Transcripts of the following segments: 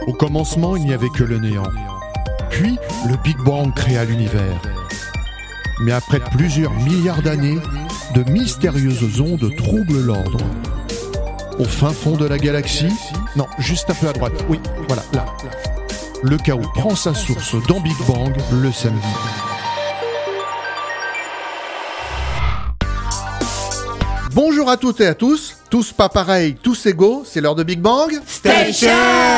Au commencement, il n'y avait que le néant. Puis, le Big Bang créa l'univers. Mais après plusieurs milliards d'années, de mystérieuses ondes troublent l'ordre. Au fin fond de la galaxie, non, juste un peu à droite, oui, voilà, là. Le chaos prend sa source dans Big Bang le samedi. Bonjour à toutes et à tous pas pareils, tous égaux, c'est l'heure de Big Bang Station.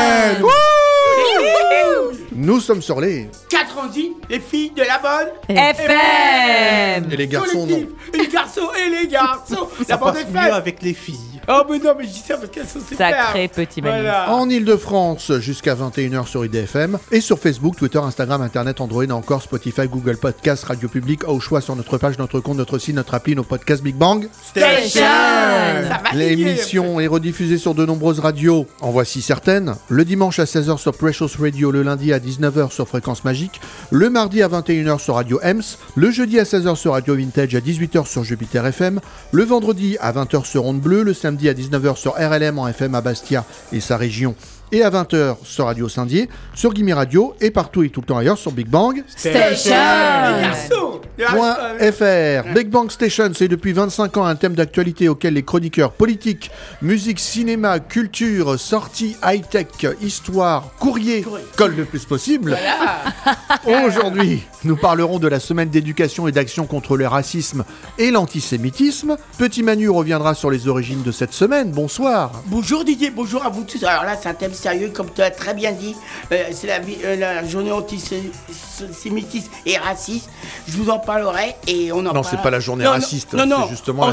Nous sommes sur les 90, les filles de la bonne FM. Et les garçons non. Les garçons et les garçons. Ça La bande passe FM. mieux avec les filles. Oh mais non, mais je dis ça parce qu'elles sont super. Sacré petit Manu. Voilà. En Ile-de-France jusqu'à 21h sur IDFM et sur Facebook, Twitter, Instagram, Internet, Android, encore Spotify, Google Podcast, Radio Public, au choix sur notre page, notre compte, notre site, notre appli, nos podcasts Big Bang. Station. Ça va L'émission est rediffusée sur de nombreuses radios. En voici certaines. Le dimanche à 16h sur Precious Radio, le lundi à 19h sur Fréquence Magique, le mardi à 21h sur Radio Ems, le jeudi à 16h sur Radio Vintage, à 18h sur Jupiter FM, le vendredi à 20h sur Onde Bleue, le samedi à 19h sur RLM en FM à Bastia et sa région, et à 20h sur Radio Saint-Dié, sur Gimme Radio et partout et tout le temps ailleurs sur Big Bang Station. Les garçons. .fr. Big Bang Station, c'est depuis 25 ans un thème d'actualité auquel les chroniqueurs politiques, musique, cinéma, culture, sorties, high-tech, histoire, courrier collent le plus possible. Aujourd'hui, nous parlerons de la semaine d'éducation et d'action contre le racisme et l'antisémitisme. Petit Manu reviendra sur les origines de cette semaine. Bonsoir. Bonjour Didier, bonjour à vous tous. Alors là, c'est un thème sérieux, comme tu as très bien dit. C'est la journée antisémitisme et raciste. Je vous en parlerai et on en parlera. Non, c'est pas la journée Non, raciste. non, c'est justement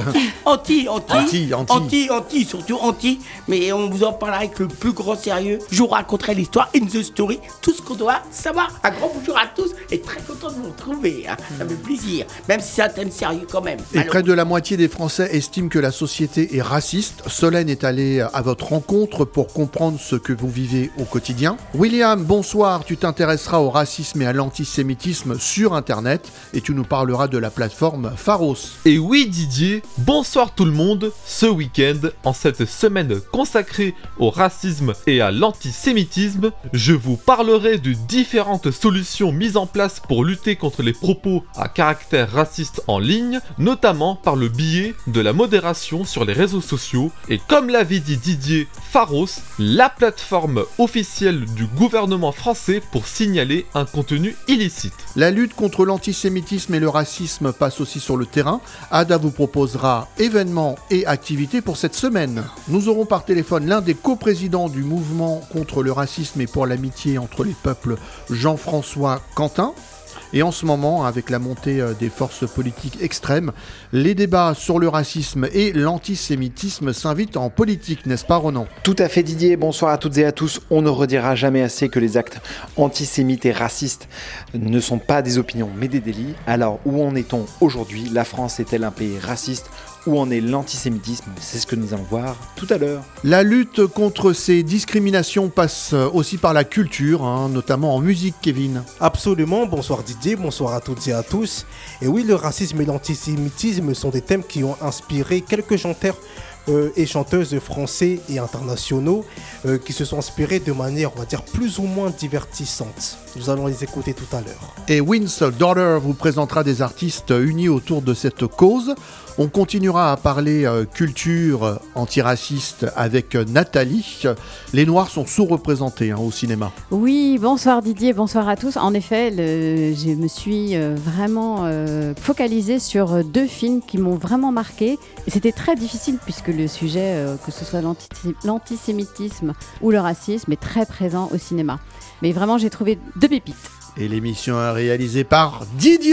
anti, surtout anti. Mais on vous en parlera avec le plus grand sérieux. Je vous raconterai l'histoire, in the story, tout ce qu'on doit savoir. Un grand bonjour à tous et très content de vous retrouver. Hein. Ça me fait plaisir, même si c'est un thème sérieux quand même. Et près de la moitié des Français estiment que la société est raciste. Solène est allée à votre rencontre pour comprendre ce que vous vivez au quotidien. William, bonsoir, tu t'intéresseras au racisme et à l'antisémitisme sur Internet et tu nous parleras de la plateforme Pharos. Et oui Didier, bonsoir tout le monde. Ce week-end, en cette semaine consacrée au racisme et à l'antisémitisme, je vous parlerai de différentes solutions mises en place pour lutter contre les propos à caractère raciste en ligne, notamment par le biais de la modération sur les réseaux sociaux et comme l'avait dit Didier, Pharos, la plateforme officielle du gouvernement français pour signaler un contenu illicite. La lutte contre l'antisémitisme et le racisme passe aussi sur le terrain. Ada vous proposera événements et activités pour cette semaine. Nous aurons par téléphone l'un des coprésidents du mouvement contre le racisme et pour l'amitié entre les peuples, Jean-François Quentin. Et en ce moment, avec la montée des forces politiques extrêmes, les débats sur le racisme et l'antisémitisme s'invitent en politique, n'est-ce pas Ronan ? Tout à fait Didier, bonsoir à toutes et à tous. On ne redira jamais assez que les actes antisémites et racistes ne sont pas des opinions mais des délits. Alors où en est-on aujourd'hui ? La France est-elle un pays raciste ? Où en est l'antisémitisme ? C'est ce que nous allons voir tout à l'heure. La lutte contre ces discriminations passe aussi par la culture, notamment en musique, Kevin. Absolument, bonsoir Didier, bonsoir à toutes et à tous. Et oui, le racisme et l'antisémitisme sont des thèmes qui ont inspiré quelques chanteurs et chanteuses français et internationaux qui se sont inspirés de manière, on va dire, plus ou moins divertissante. Nous allons les écouter tout à l'heure. Et Win's Daughter vous présentera des artistes unis autour de cette cause. On continuera à parler culture antiraciste avec Nathalie. Les Noirs sont sous-représentés au cinéma. Oui, bonsoir Didier, bonsoir à tous. En effet, je me suis vraiment focalisée sur deux films qui m'ont vraiment marqué. Et c'était très difficile puisque le sujet, que ce soit l'antisémitisme ou le racisme, est très présent au cinéma. Mais vraiment, j'ai trouvé deux pépites. Et l'émission est réalisée par Didier.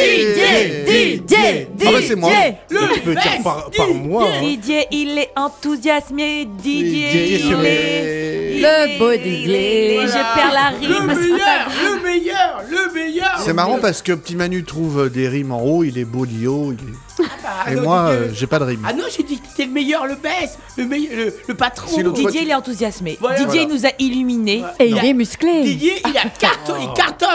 Ah bah c'est moi. Tu peux dire par moi. Hein. Didier, il est enthousiasmé. Didier, il est... Le beau Didier. Voilà. Je perds la rime. Le meilleur. C'est marrant parce que Petit Manu trouve des rimes en haut, il est beau Dio, et moi, j'ai pas de rime. Ah non, j'ai dit que t'es le meilleur, le best, le patron. Si l'autre Didier, il est enthousiasmé. Voilà. Didier, il nous a illuminés. Et il est musclé. Didier, il cartonne.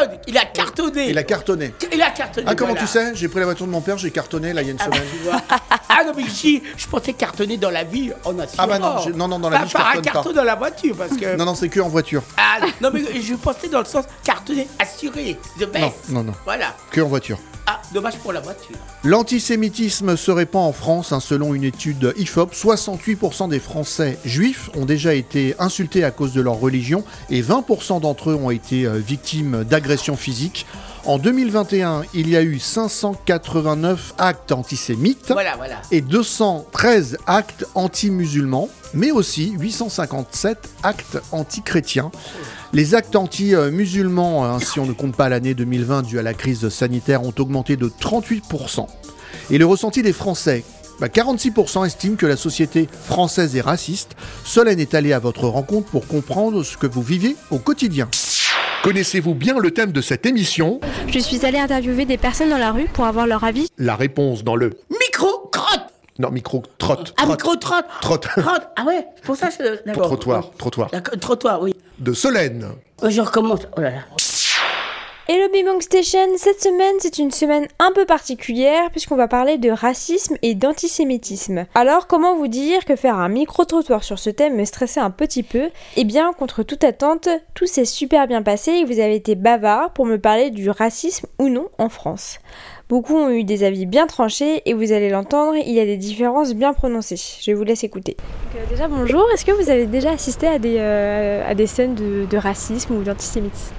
il a cartonné. Il a cartonné. Il a cartonné. Ah, comment voilà. tu sais? J'ai pris la voiture de mon père, j'ai cartonné là il y a une semaine. Tu vois. Ah non, mais ici, je pensais cartonner dans la vie en assurance. Ah bah non, non, dans la vie je Pas un cartonne carton pas. dans la voiture parce que. Non, c'est que en voiture. Ah non, mais je pensais dans le sens cartonner, assuré, the best. Non. Voilà. Que en voiture. Ah, dommage pour la voiture. L'antisémitisme se répand en France, selon une étude IFOP. 68% des Français juifs ont déjà été insultés à cause de leur religion et 20% d'entre eux ont été victimes d'agressions physiques. En 2021, il y a eu 589 actes antisémites Voilà. et 213 actes anti-musulmans, mais aussi 857 actes anti-chrétiens. Les actes anti-musulmans, si on ne compte pas l'année 2020 due à la crise sanitaire, ont augmenté de 38%. Et le ressenti des Français, 46% estiment que la société française est raciste. Solène est allée à votre rencontre pour comprendre ce que vous vivez au quotidien. Connaissez-vous bien le thème de cette émission? Je suis allée interviewer des personnes dans la rue pour avoir leur avis. La réponse dans le... Micro-crotte. Non, micro-trotte. Ah, micro-trotte. Trotte. Trotte. Ah ouais, c'est pour ça que je... D'accord. Trottoir. D'accord, trottoir, oui. De Solène. Je recommence. Oh là là. Hello Big Bang Station, cette semaine c'est une semaine un peu particulière puisqu'on va parler de racisme et d'antisémitisme. Alors comment vous dire que faire un micro-trottoir sur ce thème me stressait un petit peu? Eh bien contre toute attente, tout s'est super bien passé et vous avez été bavard pour me parler du racisme ou non en France. Beaucoup ont eu des avis bien tranchés et vous allez l'entendre, il y a des différences bien prononcées. Je vous laisse écouter. Donc, déjà bonjour, est-ce que vous avez déjà assisté à des scènes de racisme ou d'antisémitisme?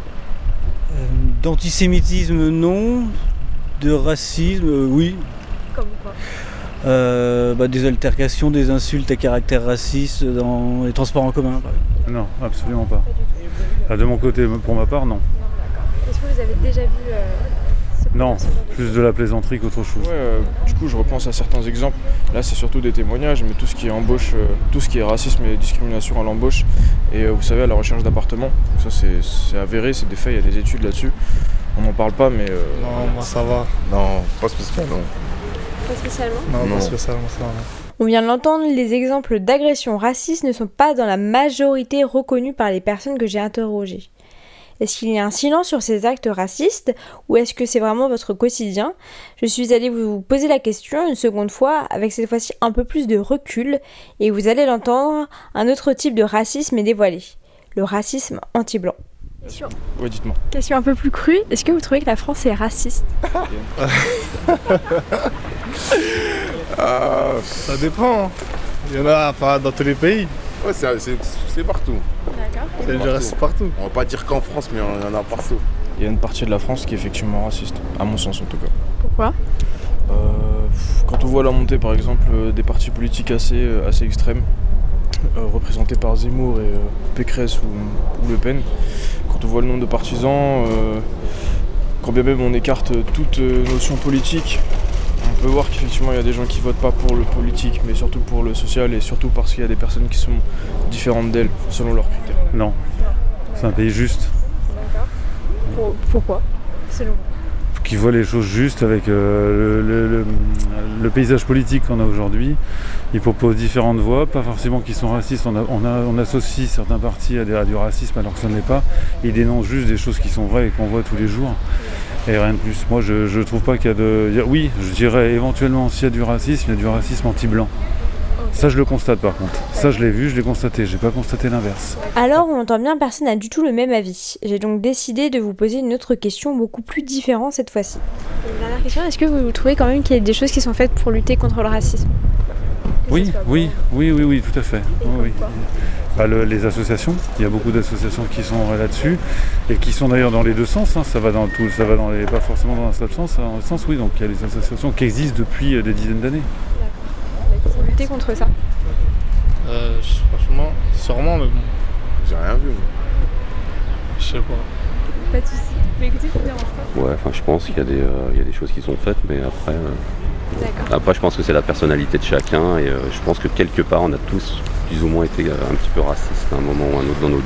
D'antisémitisme, non. De racisme, oui. Comme quoi? Des altercations, des insultes à caractère raciste dans les transports en commun. Non, absolument pas. De mon côté, pour ma part, non. Est-ce que vous avez déjà vu Non, plus de la plaisanterie qu'autre chose. Du coup, je repense à certains exemples. Là, c'est surtout des témoignages, mais tout ce qui est embauche, tout ce qui est racisme et discrimination à l'embauche, et vous savez, à la recherche d'appartements, ça c'est avéré, c'est des faits, il y a des études là-dessus. On n'en parle pas, mais... Non, moi ça va. Non, pas spécialement. Pas spécialement? Non, pas spécialement, ça va. On vient de l'entendre, les exemples d'agressions racistes ne sont pas dans la majorité reconnus par les personnes que j'ai interrogées. Est-ce qu'il y a un silence sur ces actes racistes ou est-ce que c'est vraiment votre quotidien? Je suis allée vous poser la question une seconde fois, avec cette fois-ci un peu plus de recul, et vous allez l'entendre, un autre type de racisme est dévoilé, le racisme anti-blanc. Ouais, dites-moi. Question un peu plus crue, est-ce que vous trouvez que la France est raciste? Ça dépend. Il y en a pas dans tous les pays. Ouais, c'est partout. D'accord. C'est du racisme partout. On va pas dire qu'en France, mais il y en a partout. Il y a une partie de la France qui est effectivement raciste, à mon sens en tout cas. Pourquoi? Quand on voit la montée par exemple des partis politiques assez extrêmes, représentés par Zemmour et Pécresse ou Le Pen, quand on voit le nombre de partisans, quand bien même on écarte toute notion politique, on peut voir qu'effectivement il y a des gens qui votent pas pour le politique mais surtout pour le social et surtout parce qu'il y a des personnes qui sont différentes d'elles selon leurs critères. Non, c'est un pays juste. D'accord. Pourquoi? Selon vous? Qui voit les choses justes avec le paysage politique qu'on a aujourd'hui. Ils proposent différentes voies, pas forcément qui sont racistes. On associe certains partis à du racisme alors que ce n'est pas. Ils dénoncent juste des choses qui sont vraies et qu'on voit tous les jours. Et rien de plus. Moi, je trouve pas qu'il y a de... Oui, je dirais éventuellement s'il y a du racisme, il y a du racisme anti-blanc. Ça, je le constate par contre. Ça, je l'ai vu, je l'ai constaté. J'ai pas constaté l'inverse. Alors, on entend bien, personne n'a du tout le même avis. J'ai donc décidé de vous poser une autre question beaucoup plus différente cette fois-ci. Une dernière question, est-ce que vous trouvez quand même qu'il y a des choses qui sont faites pour lutter contre le racisme? Oui, tout à fait. Oui. Les associations, il y a beaucoup d'associations qui sont là-dessus et qui sont d'ailleurs dans les deux sens. Ça va dans pas forcément dans un seul sens. Dans le sens, oui, donc il y a des associations qui existent depuis des dizaines d'années. Pour lutter contre ça? Franchement, sûrement, mais bon. J'ai rien vu. Je sais pas. Pas de soucis. Mais écoutez, je vous dérange pas. Ouais, enfin, je pense qu'il y a des choses qui sont faites, mais après, je pense que c'est la personnalité de chacun et je pense que quelque part, on a tous plus ou moins été un petit peu racistes à un moment ou un autre dans notre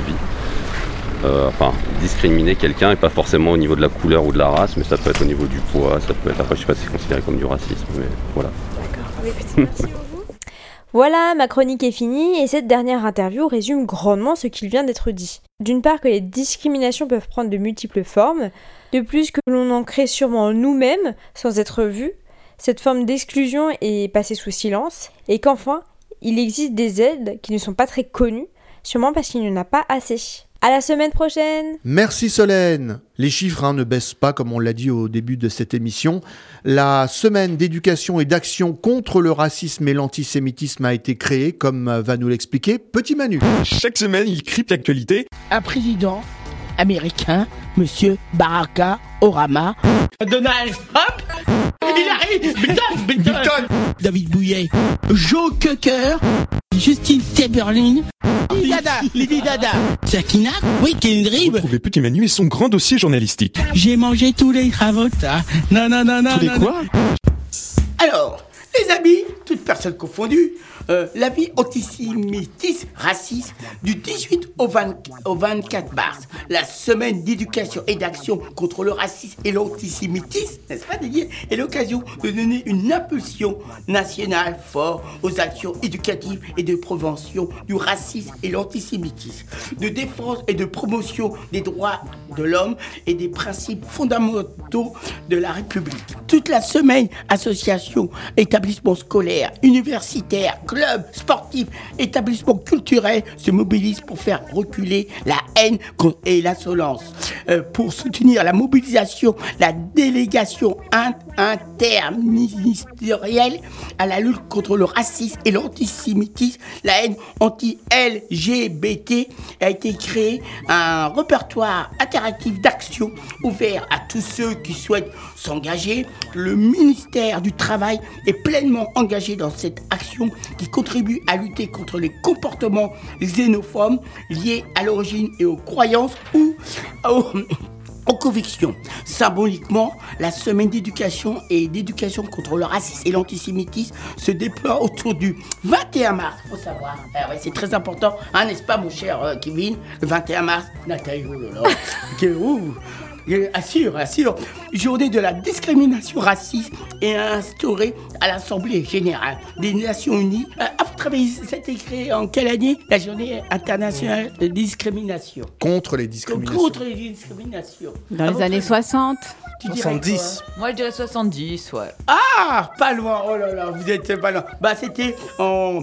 vie. Discriminer quelqu'un et pas forcément au niveau de la couleur ou de la race, mais ça peut être au niveau du poids, ça peut être, après, je sais pas si c'est considéré comme du racisme, mais voilà. D'accord. Écoutez, merci beaucoup. Voilà, ma chronique est finie et cette dernière interview résume grandement ce qu'il vient d'être dit. D'une part que les discriminations peuvent prendre de multiples formes, de plus que l'on en crée sûrement nous-mêmes sans être vu, cette forme d'exclusion est passée sous silence, et qu'enfin, il existe des aides qui ne sont pas très connues, sûrement parce qu'il n'y en a pas assez. À la semaine prochaine! Merci Solène. Les chiffres ne baissent pas comme on l'a dit au début de cette émission. La semaine d'éducation et d'action contre le racisme et l'antisémitisme a été créée, comme va nous l'expliquer Petit Manu. Chaque semaine, il crypte l'actualité. Un président américain, Monsieur Barack Obama. Donald Trump. Il arrive. Biden. David Bouillet. Joe Cocker. Justine Timberlake. Lady Dada. Sakina. Oui, Kendrick. Retrouvez Petit Manu et son grand dossier journalistique. J'ai mangé tous les cravotas. Non. Tous les quoi? Alors, les amis, toutes personnes confondues, l'avis antisémitisme, racisme du 18 au 24 mars, la semaine d'éducation et d'action contre le racisme et l'antisémitisme, n'est-ce pas Didier, est l'occasion de donner une impulsion nationale forte aux actions éducatives et de prévention du racisme et l'antisémitisme, de défense et de promotion des droits de l'homme et des principes fondamentaux de la République. Toute la semaine, associations, établissements scolaires, universitaires, clubs sportifs, établissements culturels se mobilisent pour faire reculer la haine et l'insolence. Pour soutenir la mobilisation, la délégation interministérielle à la lutte contre le racisme et l'antisémitisme, la haine anti-LGBT, a été créé un répertoire interactif d'actions ouvert à tous ceux qui souhaitent s'engager. Le ministère du Travail est pleinement engagé dans cette action qui contribue à lutter contre les comportements xénophobes liés à l'origine et aux croyances ou aux convictions. Symboliquement, la semaine d'éducation et d'éducation contre le racisme et l'antisémitisme se déploie autour du 21 mars. Faut savoir, ouais, c'est très important, hein, n'est-ce pas mon cher Kevin? Le 21 mars, Nathalie, oh là là, Assure. Journée de la discrimination raciste est instaurée à l'Assemblée Générale des Nations Unies. À votre avis, ça a été créé en quelle année? La Journée internationale de discrimination. Contre les discriminations. Contre les discriminations. Dans les années 60. 70. Moi, je dirais 70, ouais. Ah, pas loin. Oh là là, vous êtes pas loin. Bah, c'était en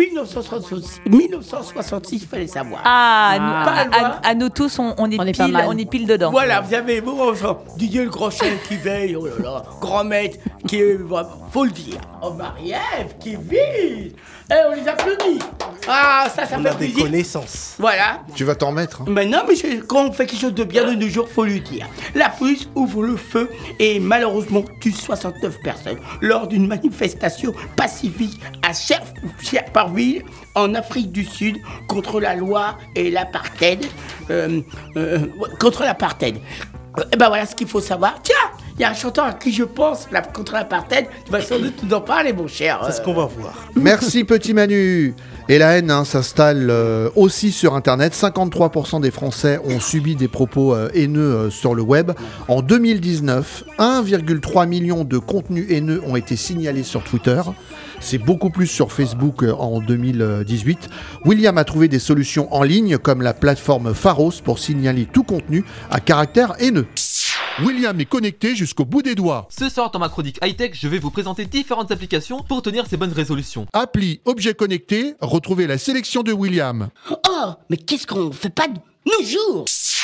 1966, il fallait savoir. À nous tous, on est pile dedans. Voilà, vous avez Didier le Crochet qui veille, oh là là, grand maître, qui faut le dire. Oh, Marie-Ève, qui vit. On les applaudit. Ah, ça on fait a des plaisir. connaissances. Voilà. Tu vas t'en mettre. Mais non, mais quand on fait quelque chose de bien de nos jours, faut le dire. La police ouvre le feu et malheureusement tue 69 personnes lors d'une manifestation pacifique à Sherparville, en Afrique du Sud, contre la loi et l'apartheid. Contre l'apartheid. Et ben voilà ce qu'il faut savoir. Tiens, il y a un chanteur à qui je pense contre l'apartheid. Tu vas sans doute nous en parler, mon cher. C'est ce qu'on va voir. Merci Petit Manu. Et la haine s'installe aussi sur Internet. 53% des Français ont subi des propos haineux sur le web. En 2019, 1,3 million de contenus haineux ont été signalés sur Twitter. C'est beaucoup plus sur Facebook en 2018. William a trouvé des solutions en ligne comme la plateforme Pharos pour signaler tout contenu à caractère haineux. William est connecté jusqu'au bout des doigts. Ce soir dans ma chronique high-tech, je vais vous présenter différentes applications pour tenir ces bonnes résolutions. Appli Objet Connecté, retrouvez la sélection de William. Oh, mais qu'est-ce qu'on fait pas de nos jours?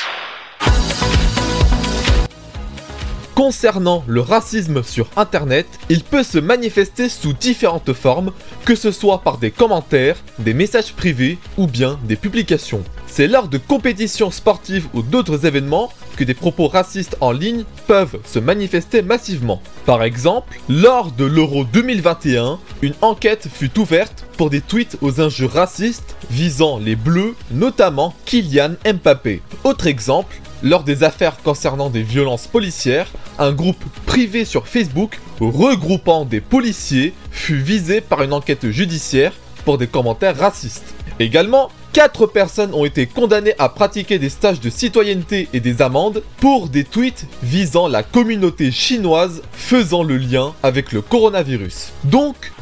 Concernant le racisme sur Internet, il peut se manifester sous différentes formes, que ce soit par des commentaires, des messages privés ou bien des publications. C'est lors de compétitions sportives ou d'autres événements que des propos racistes en ligne peuvent se manifester massivement. Par exemple, lors de l'Euro 2021, une enquête fut ouverte pour des tweets aux injures racistes visant les Bleus, notamment Kylian Mbappé. Autre exemple, lors des affaires concernant des violences policières, un groupe privé sur Facebook regroupant des policiers fut visé par une enquête judiciaire pour des commentaires racistes. Également, 4 personnes ont été condamnées à pratiquer des stages de citoyenneté et des amendes pour des tweets visant la communauté chinoise faisant le lien avec le coronavirus. Donc,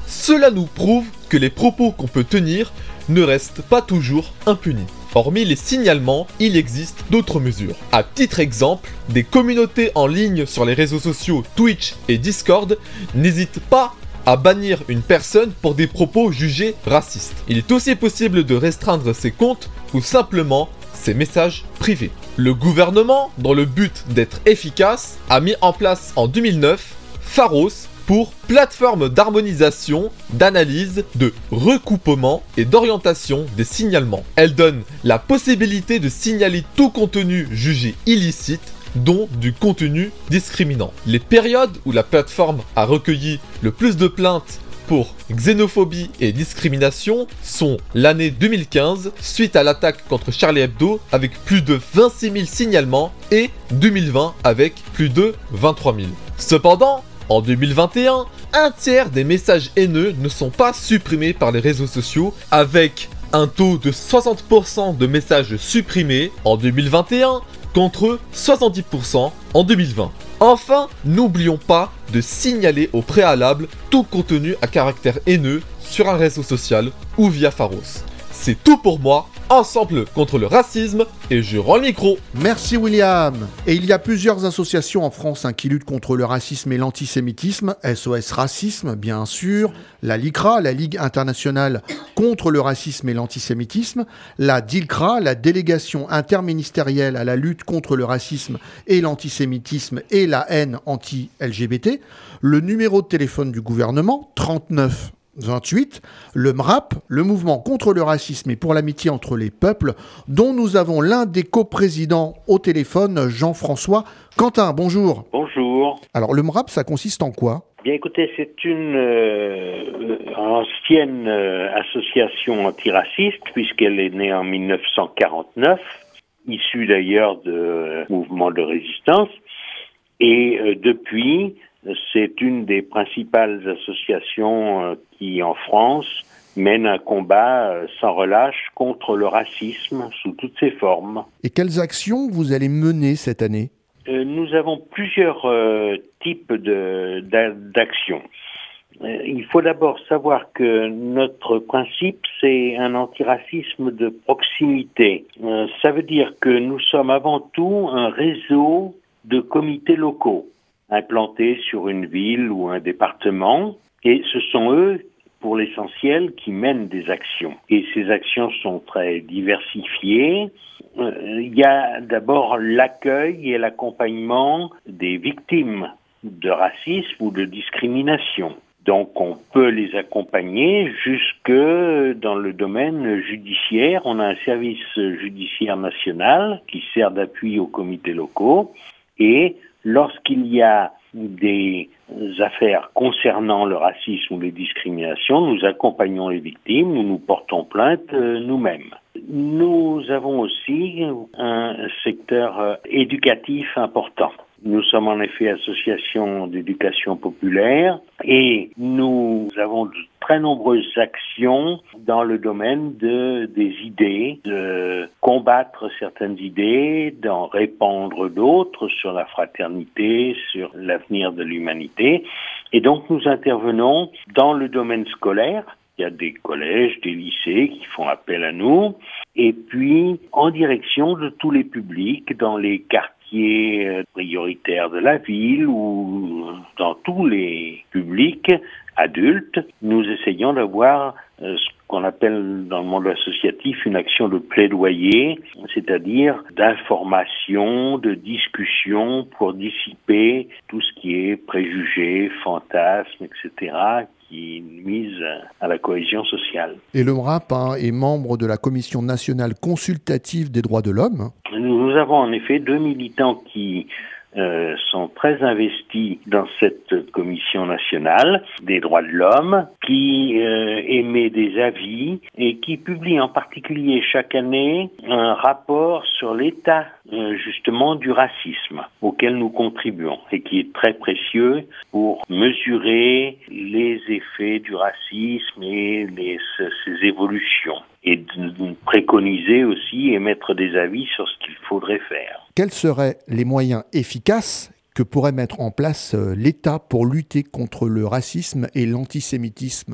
Cela nous prouve que les propos qu'on peut tenir ne restent pas toujours impunis. Hormis les signalements, il existe d'autres mesures. À titre exemple, des communautés en ligne sur les réseaux sociaux Twitch et Discord n'hésitent pas à bannir une personne pour des propos jugés racistes. Il est aussi possible de restreindre ses comptes ou simplement ses messages privés. Le gouvernement, dans le but d'être efficace, a mis en place en 2009 Pharos pour plateforme d'harmonisation, d'analyse, de recoupement et d'orientation des signalements. Elle donne la possibilité de signaler tout contenu jugé illicite, dont du contenu discriminant. Les périodes où la plateforme a recueilli le plus de plaintes pour xénophobie et discrimination sont l'année 2015, suite à l'attaque contre Charlie Hebdo avec plus de 26 000 signalements, et 2020 avec plus de 23 000. Cependant, en 2021, un tiers des messages haineux ne sont pas supprimés par les réseaux sociaux, avec un taux de 60% de messages supprimés en 2021 contre 70% en 2020. Enfin, n'oublions pas de signaler au préalable tout contenu à caractère haineux sur un réseau social ou via Pharos. C'est tout pour moi, ensemble contre le racisme, et je rends le micro. Merci William. Et il y a plusieurs associations en France qui luttent contre le racisme et l'antisémitisme. SOS Racisme, bien sûr. La LICRA, la Ligue internationale contre le racisme et l'antisémitisme. La DILCRA, la délégation interministérielle à la lutte contre le racisme et l'antisémitisme et la haine anti-LGBT. Le numéro de téléphone du gouvernement, 39 28, le MRAP, le mouvement contre le racisme et pour l'amitié entre les peuples, dont nous avons l'un des coprésidents au téléphone, Jean-François Quentin. Bonjour. Bonjour. Alors le MRAP, ça consiste en quoi ? Bien écoutez, c'est une ancienne association antiraciste, puisqu'elle est née en 1949, issue d'ailleurs de mouvements de résistance, et depuis... c'est une des principales associations qui, en France, mène un combat sans relâche contre le racisme sous toutes ses formes. Et quelles actions vous allez mener cette année ? Nous avons plusieurs types d'actions. Il faut d'abord savoir que notre principe, c'est un antiracisme de proximité. Ça veut dire que nous sommes avant tout un réseau de comités locaux implantés sur une ville ou un département, et ce sont eux, pour l'essentiel, qui mènent des actions. Et ces actions sont très diversifiées. Il y a d'abord l'accueil et l'accompagnement des victimes de racisme ou de discrimination. Donc on peut les accompagner jusque dans le domaine judiciaire. On a un service judiciaire national qui sert d'appui aux comités locaux, et lorsqu'il y a des affaires concernant le racisme ou les discriminations, nous accompagnons les victimes, nous portons plainte nous-mêmes. Nous avons aussi un secteur éducatif important. Nous sommes en effet association d'éducation populaire et nous avons de très nombreuses actions dans le domaine des idées, de combattre certaines idées, d'en répandre d'autres sur la fraternité, sur l'avenir de l'humanité. Et donc nous intervenons dans le domaine scolaire. Il y a des collèges, des lycées qui font appel à nous. Et puis en direction de tous les publics, dans les quartiers prioritaires de la ville ou dans tous les publics adultes, nous essayons d'avoir ce qu'on appelle dans le monde associatif une action de plaidoyer, c'est-à-dire d'information, de discussion pour dissiper tout ce qui est préjugés, fantasmes, etc., qui nuisent à la cohésion sociale. Et le MRAP est membre de la Commission nationale consultative des droits de l'homme. Nous avons en effet 2 militants qui sont très investis dans cette commission nationale des droits de l'homme, qui émet des avis et qui publie en particulier chaque année un rapport sur l'état justement du racisme auquel nous contribuons et qui est très précieux pour mesurer les effets du racisme et ses évolutions, et de préconiser aussi et mettre des avis sur ce qu'il faudrait faire. Quels seraient les moyens efficaces que pourrait mettre en place l'État pour lutter contre le racisme et l'antisémitisme ?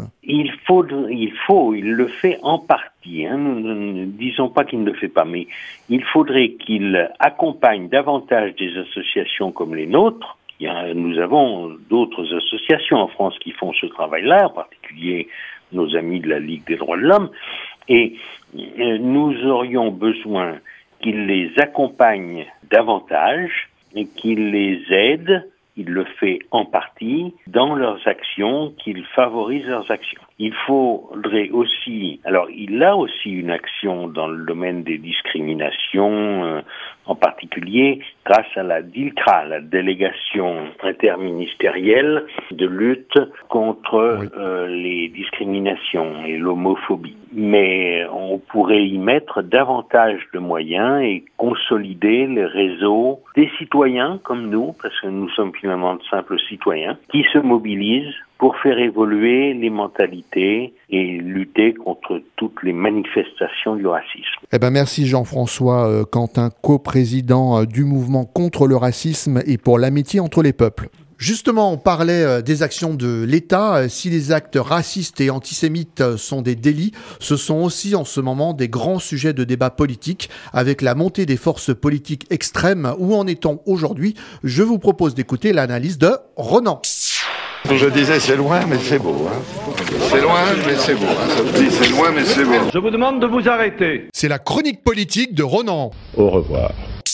Il le fait en partie. Nous ne disons pas qu'il ne le fait pas, mais il faudrait qu'il accompagne davantage des associations comme les nôtres. Nous avons d'autres associations en France qui font ce travail-là, en particulier nos amis de la Ligue des droits de l'homme, et nous aurions besoin qu'il les accompagne davantage et qu'il les aide, il le fait en partie, dans leurs actions, qu'il favorise leurs actions. Il faudrait aussi, alors il a aussi une action dans le domaine des discriminations, en particulier grâce à la DILCRA, la délégation interministérielle de lutte contre les discriminations et l'homophobie. Mais on pourrait y mettre davantage de moyens et consolider les réseaux des citoyens comme nous, parce que nous sommes finalement de simples citoyens, qui se mobilisent pour faire évoluer les mentalités et lutter contre toutes les manifestations du racisme. Merci Jean-François Quentin, coprésident du mouvement contre le racisme et pour l'amitié entre les peuples. Justement, on parlait des actions de l'État. Si les actes racistes et antisémites sont des délits, ce sont aussi en ce moment des grands sujets de débat politique. Avec la montée des forces politiques extrêmes, où en est-on aujourd'hui ? Je vous propose d'écouter l'analyse de Ronan. Je disais c'est loin mais c'est beau. C'est loin mais c'est beau. Ça vous dit c'est loin mais c'est beau. Je vous demande de vous arrêter. C'est la chronique politique de Ronan. Au revoir.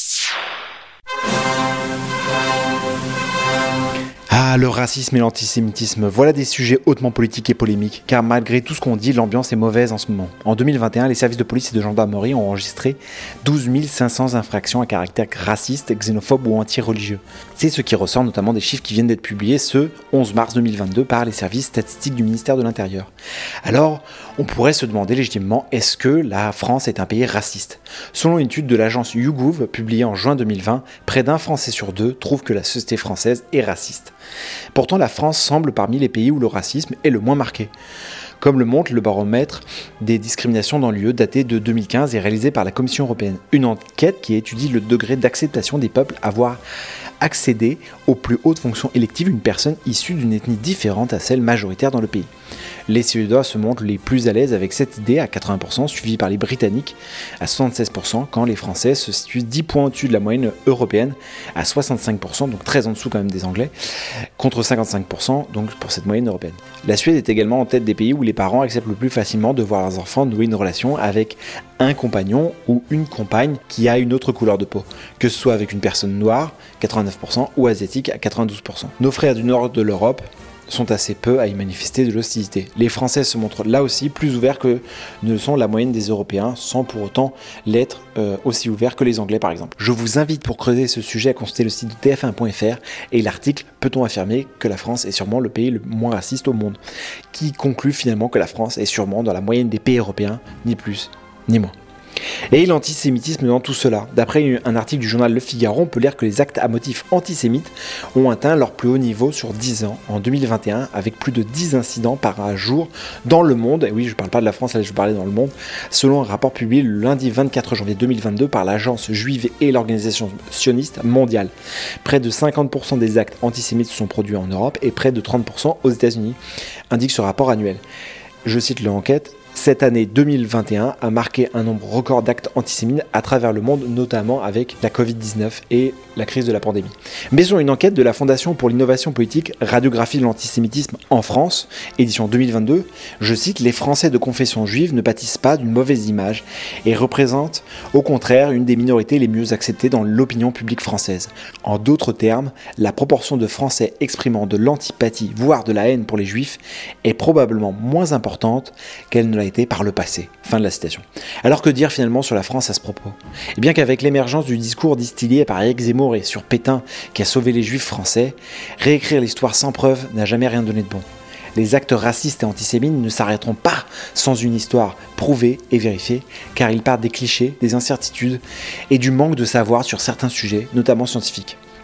Le racisme et l'antisémitisme, voilà des sujets hautement politiques et polémiques, car malgré tout ce qu'on dit, l'ambiance est mauvaise en ce moment. En 2021, les services de police et de gendarmerie ont enregistré 12 500 infractions à caractère raciste, xénophobe ou anti-religieux. C'est ce qui ressort notamment des chiffres qui viennent d'être publiés ce 11 mars 2022 par les services statistiques du ministère de l'Intérieur. Alors, on pourrait se demander légitimement, est-ce que la France est un pays raciste ? Selon une étude de l'agence YouGov publiée en juin 2020, près d'un Français sur deux trouve que la société française est raciste. Pourtant, la France semble parmi les pays où le racisme est le moins marqué. Comme le montre le baromètre des discriminations dans l'UE daté de 2015 et réalisé par la Commission européenne. Une enquête qui étudie le degré d'acceptation des peuples à voir accéder aux plus hautes fonctions électives une personne issue d'une ethnie différente à celle majoritaire dans le pays. Les Suédois se montrent les plus à l'aise avec cette idée à 80%, suivis par les Britanniques à 76%, quand les Français se situent 10 points au-dessus de la moyenne européenne à 65%, donc très en dessous quand même des Anglais, contre 55% donc pour cette moyenne européenne. La Suède est également en tête des pays où les parents acceptent le plus facilement de voir leurs enfants nouer une relation avec un compagnon ou une compagne qui a une autre couleur de peau, que ce soit avec une personne noire, 89%, ou asiatique à 92%. Nos frères du nord de l'Europe sont assez peu à y manifester de l'hostilité. Les Français se montrent là aussi plus ouverts que ne sont la moyenne des Européens, sans pour autant l'être aussi ouverts que les Anglais par exemple. Je vous invite pour creuser ce sujet à consulter le site de tf1.fr et l'article « Peut-on affirmer que la France est sûrement le pays le moins raciste au monde ?» qui conclut finalement que la France est sûrement dans la moyenne des pays européens, ni plus ni moins. Et l'antisémitisme dans tout cela. D'après un article du journal Le Figaro, on peut lire que les actes à motif antisémite ont atteint leur plus haut niveau sur 10 ans en 2021, avec plus de 10 incidents par jour dans le monde. Et oui, je ne parle pas de la France, là je parlais dans le monde. Selon un rapport publié le lundi 24 janvier 2022 par l'agence juive et l'organisation sioniste mondiale. Près de 50% des actes antisémites sont produits en Europe et près de 30% aux États-Unis, indique ce rapport annuel. Je cite l'enquête. Cette année 2021 a marqué un nombre record d'actes antisémites à travers le monde, notamment avec la Covid-19 et la crise de la pandémie. Mais selon une enquête de la Fondation pour l'innovation politique, radiographie de l'antisémitisme en France, édition 2022, je cite, « Les Français de confession juive ne pâtissent pas d'une mauvaise image et représentent au contraire une des minorités les mieux acceptées dans l'opinion publique française. En d'autres termes, la proportion de Français exprimant de l'antipathie, voire de la haine pour les juifs, est probablement moins importante qu'elle ne l'a été par le passé. » Fin de la citation. Alors que dire finalement sur la France à ce propos ? Eh bien qu'avec l'émergence du discours distillé par Éric Zemmour et sur Pétain qui a sauvé les juifs français, réécrire l'histoire sans preuve n'a jamais rien donné de bon. Les actes racistes et antisémites ne s'arrêteront pas sans une histoire prouvée et vérifiée, car ils partent des clichés, des incertitudes et du manque de savoir sur certains sujets, notamment scientifiques.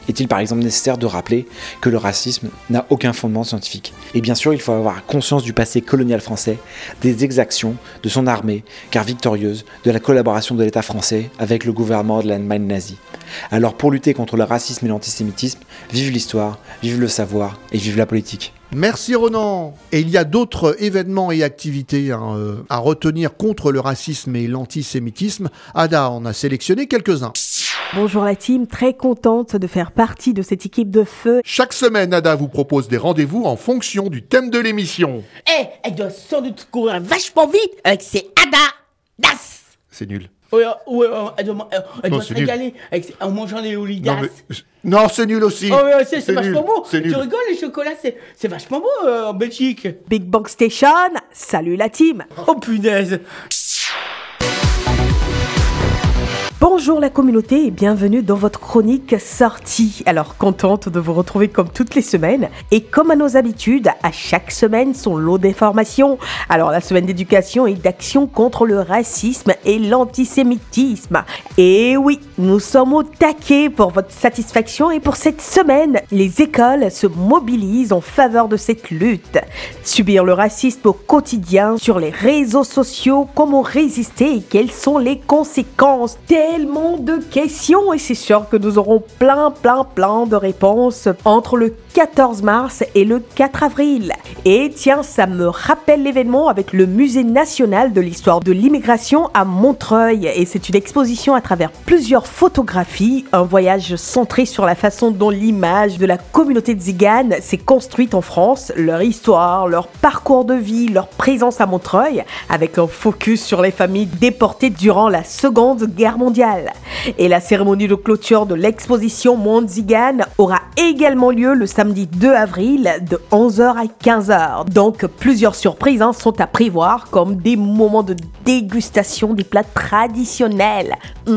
Est-il par exemple nécessaire de rappeler que le racisme n'a aucun fondement scientifique? Et bien sûr, il faut avoir conscience du passé colonial français, des exactions de son armée, car victorieuse, de la collaboration de l'État français avec le gouvernement de l'Allemagne nazie. Alors pour lutter contre le racisme et l'antisémitisme, vive l'histoire, vive le savoir et vive la politique. Merci Ronan. Et il y a d'autres événements et activités à retenir contre le racisme et l'antisémitisme. Ada en a sélectionné quelques-uns. Bonjour la team, très contente de faire partie de cette équipe de feu. Chaque semaine, Ada vous propose des rendez-vous en fonction du thème de l'émission. Elle doit sans doute courir vachement vite avec ses Ada Das. C'est nul. Ouais, elle doit se régaler en mangeant les oligas. Non, c'est nul aussi. Oh, ouais, c'est vachement nul. beau. C'est Tu nul. rigoles, les chocolats, c'est vachement beau en Belgique. Big Bang Station, salut la team. Oh punaise. Bonjour la communauté et bienvenue dans votre chronique sortie. Alors contente de vous retrouver comme toutes les semaines et comme à nos habitudes, à chaque semaine son lot d'informations. Alors la semaine d'éducation et d'action contre le racisme et l'antisémitisme. Et oui, nous sommes au taquet pour votre satisfaction et pour cette semaine, les écoles se mobilisent en faveur de cette lutte. Subir le racisme au quotidien sur les réseaux sociaux, comment résister et quelles sont les conséquences? Tellement de questions et c'est sûr que nous aurons plein de réponses entre le 14 mars et le 4 avril. Et tiens, ça me rappelle l'événement avec le Musée national de l'histoire de l'immigration à Montreuil et c'est une exposition à travers plusieurs photographies, un voyage centré sur la façon dont l'image de la communauté tzigane s'est construite en France, leur histoire, leur parcours de vie, leur présence à Montreuil, avec un focus sur les familles déportées durant la Seconde Guerre mondiale. Et la cérémonie de clôture de l'exposition Monde Tzigane aura également lieu le samedi 2 avril de 11h à 15h. Donc plusieurs surprises sont à prévoir comme des moments de dégustation des plats traditionnels.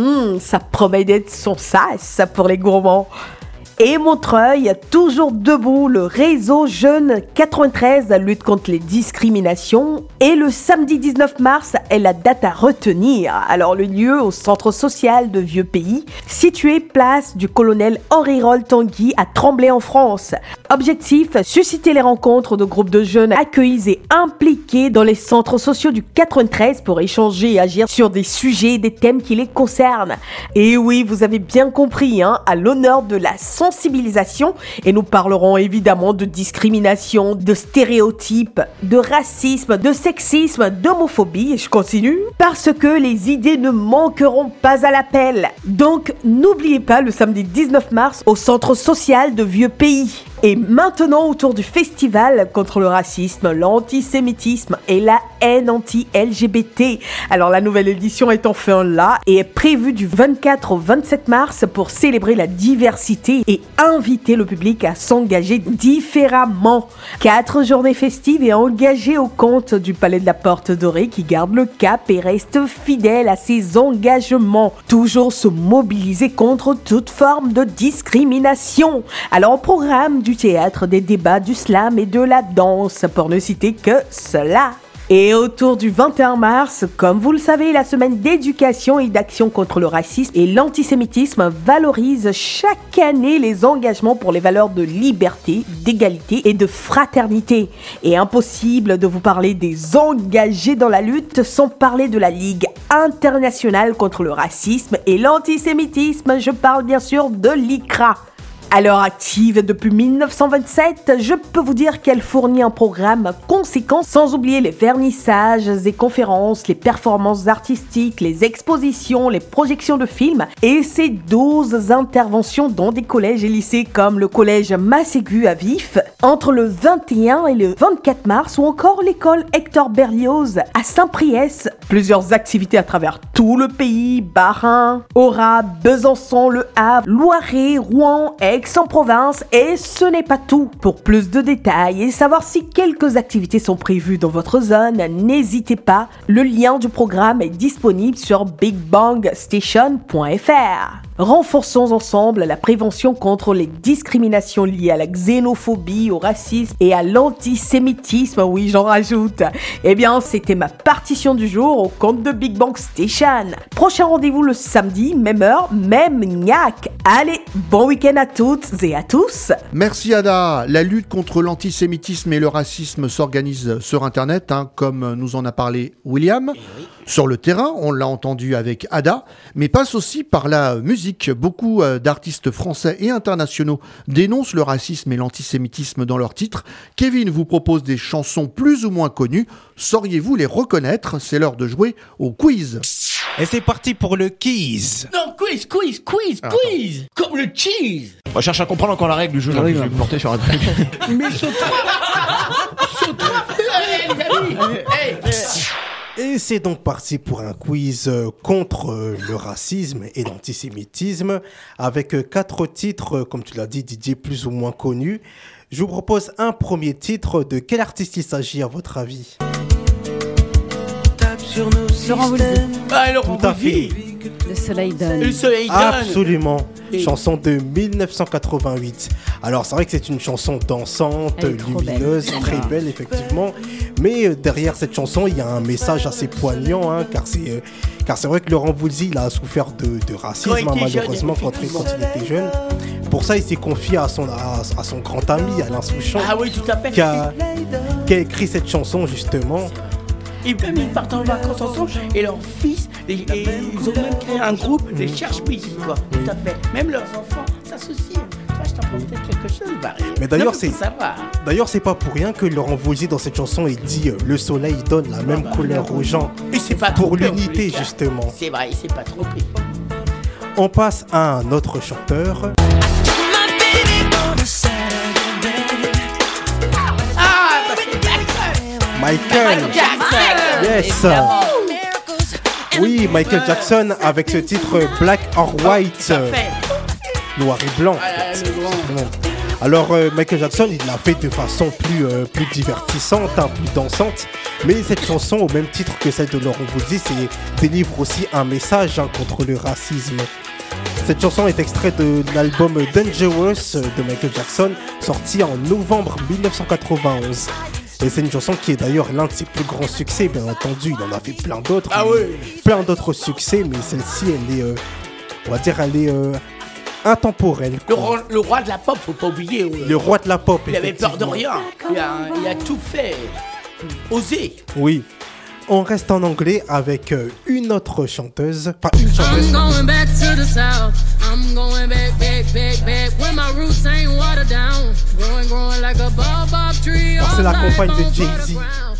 Ça promet d'être son sas pour les gourmands. Et Montreuil, toujours debout, le réseau Jeunes 93 lutte contre les discriminations. Et le samedi 19 mars est la date à retenir. Alors le lieu au centre social de Vieux-Pays, situé place du colonel Henri-Roll Tanguy à Tremblay en France. Objectif, susciter les rencontres de groupes de jeunes accueillis et impliqués dans les centres sociaux du 93 pour échanger et agir sur des sujets et des thèmes qui les concernent. Et oui, vous avez bien compris, à l'honneur de la sensibilisation et nous parlerons évidemment de discrimination, de stéréotypes, de racisme, de sexisme, d'homophobie et je continue parce que les idées ne manqueront pas à l'appel. Donc n'oubliez pas le samedi 19 mars au centre social de Vieux-Pays. Et maintenant autour du festival contre le racisme, l'antisémitisme et la haine anti-LGBT. Alors la nouvelle édition est enfin là et est prévue du 24 au 27 mars pour célébrer la diversité et inviter le public à s'engager différemment. 4 journées festives et engagées au compte du Palais de la Porte Dorée qui garde le cap et reste fidèle à ses engagements. Toujours se mobiliser contre toute forme de discrimination. Alors au programme du théâtre, des débats, du slam et de la danse, pour ne citer que cela. Et autour du 21 mars, comme vous le savez, la semaine d'éducation et d'action contre le racisme et l'antisémitisme valorise chaque année les engagements pour les valeurs de liberté, d'égalité et de fraternité. Et impossible de vous parler des engagés dans la lutte sans parler de la Ligue internationale contre le racisme et l'antisémitisme. Je parle bien sûr de l'ICRA. Alors active depuis 1927, je peux vous dire qu'elle fournit un programme conséquent, sans oublier les vernissages et conférences, les performances artistiques, les expositions, les projections de films et ses 12 interventions dans des collèges et lycées comme le collège Masségu à Vif entre le 21 et le 24 mars ou encore l'école Hector Berlioz à Saint-Priest. Plusieurs activités à travers tout le pays, Bas-Rhin, Aurat, Besançon, Le Havre, Loiret, Rouen, Aix-en-Provence et ce n'est pas tout. Pour plus de détails et savoir si quelques activités sont prévues dans votre zone, n'hésitez pas, le lien du programme est disponible sur bigbangstation.fr. Renforçons ensemble la prévention contre les discriminations liées à la xénophobie, au racisme et à l'antisémitisme. Oui, j'en rajoute. Eh bien, c'était ma partition du jour au compte de Big Bang Station. Prochain rendez-vous le samedi, même heure, même gnac. Allez, bon week-end à toutes et à tous. Merci Ada. La lutte contre l'antisémitisme et le racisme s'organise sur Internet, comme nous en a parlé William. Sur le terrain, on l'a entendu avec Ada, mais passe aussi par la musique. Beaucoup d'artistes français et internationaux dénoncent le racisme et l'antisémitisme dans leurs titres. Kevin vous propose des chansons plus ou moins connues. Sauriez-vous les reconnaître ? C'est l'heure de jouer au quiz. Et c'est parti pour le quiz. Non, quiz. Comme le cheese. On cherche à comprendre encore la règle du jeu. Je vais me porter sur un truc. Mais Et c'est donc parti pour un quiz contre le racisme et l'antisémitisme avec 4 titres, comme tu l'as dit Didier, plus ou moins connus. Je vous propose un premier titre. De quel artiste il s'agit à votre avis ? Laurent Voulzy. Tout à fait. Le soleil donne. Le soleil donne. Absolument. Chanson de 1988. Alors c'est vrai que c'est une chanson dansante, lumineuse, très belle effectivement. Mais derrière cette chanson, il y a un message assez poignant, car c'est vrai que Laurent Voulzy il a souffert de racisme malheureusement quand il était jeune. Pour ça, il s'est confié à son grand ami Alain Souchon, tout à fait. qui a écrit cette chanson justement. Et même ils partent en vacances ensemble et leurs fils, ils ont même créé un groupe, les Cherche Midi, quoi. Tout à fait. Même leurs enfants s'associent. Toi, je t'apprends peut-être quelque chose, Barry. Mais d'ailleurs, c'est pas pour rien que Laurent Voulzy dans cette chanson il dit le soleil donne la même couleur aux gens. Et c'est pas pour l'unité justement. C'est vrai, il s'est pas trompé. On passe à un autre chanteur. Michael Jackson. Yes. Oui, Michael Jackson avec ce titre Black or White, noir et blanc. Alors Michael Jackson, il l'a fait de façon plus divertissante, plus dansante. Mais cette chanson, au même titre que celle de Laurent Voulzy, délivre aussi un message contre le racisme. Cette chanson est extraite de l'album Dangerous de Michael Jackson, sorti en novembre 1991. Et c'est une chanson qui est d'ailleurs l'un de ses plus grands succès, bien entendu. Il en a fait plein d'autres. Plein d'autres succès, mais celle-ci, elle est intemporelle. Le roi de la pop, faut pas oublier. Le roi de la pop, il avait peur de rien. Il a tout fait. Osé. Oui. On reste en anglais avec une autre chanteuse. Enfin, une chanteuse. Alors, c'est la compagne de Jay-Z.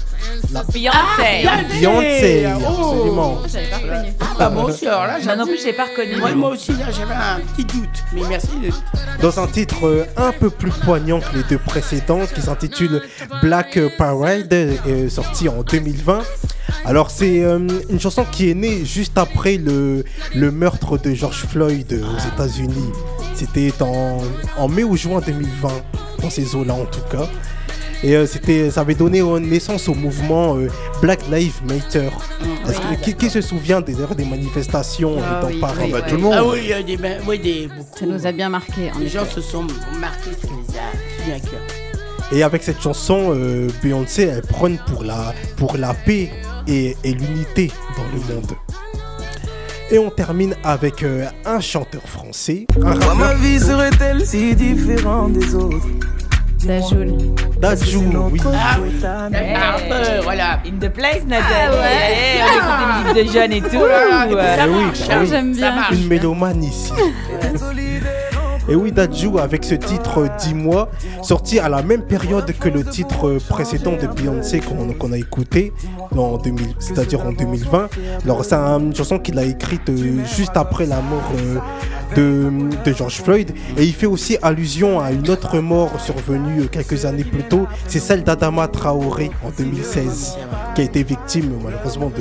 Beyoncé. Absolument. J'avais pas reconnu. Moi aussi, alors là, non plus, je l'ai pas reconnu. Moi aussi, là, j'avais un petit doute. Mais merci. Dans un titre un peu plus poignant que les deux précédents, qui s'intitule Black Parade, sorti en 2020. Alors c'est une chanson qui est née juste après le meurtre de George Floyd aux États-Unis. C'était en mai ou juin 2020, dans ces eaux-là en tout cas. Et ça avait donné naissance au mouvement Black Lives Matter. Qui se souvient des manifestations dans Paris? Tout le monde. Ah oui, il y a beaucoup. Ça nous a bien marqué. Les gens se sont marqués, ça les a bien à cœur. Et avec cette chanson, Beyoncé, elle prône pour la paix et l'unité dans le monde. Et on termine avec un chanteur français. Ma vie serait-elle si différente des autres? Dadju, oui. Voilà. In the place, Nadal. On écoute des musiques de jeunes et tout. Ça marche, j'aime bien. Une mélomane ici. Et oui, Dadju avec ce titre 10 mois, sorti à la même période que le titre précédent de Beyoncé qu'on a écouté, c'est-à-dire en 2020. Alors c'est une chanson qu'il a écrite juste après la mort de George Floyd. Et il fait aussi allusion à une autre mort survenue quelques années plus tôt. C'est celle d'Adama Traoré en 2016, qui a été victime malheureusement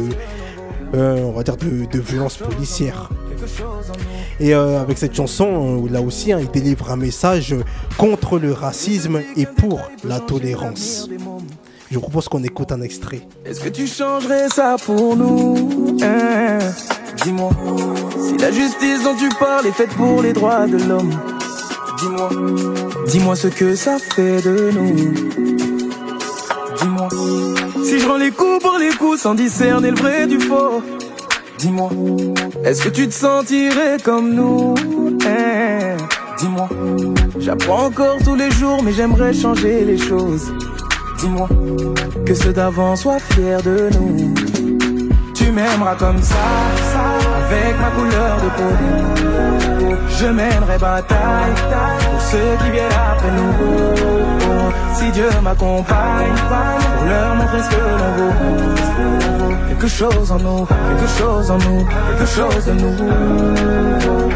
de violences policières. Et avec cette chanson, là aussi, il délivre un message contre le racisme et pour la tolérance. Je vous propose qu'on écoute un extrait. Est-ce que tu changerais ça pour nous? Dis-moi, si la justice dont tu parles est faite pour les droits de l'homme. Dis-moi ce que ça fait de nous. Dis-moi, si je rends les coups pour les coups sans discerner le vrai du faux. Dis-moi, est-ce que tu te sentirais comme nous? Dis-moi, j'apprends encore tous les jours mais j'aimerais changer les choses. Dis-moi, que ceux d'avant soient fiers de nous. Tu m'aimeras comme ça, avec ma couleur de peau. Je mènerai bataille pour ceux qui viennent après nous. Si Dieu m'accompagne, pour leur montrer ce que l'on vaut. Quelque chose en nous, quelque chose en nous, quelque chose de nous.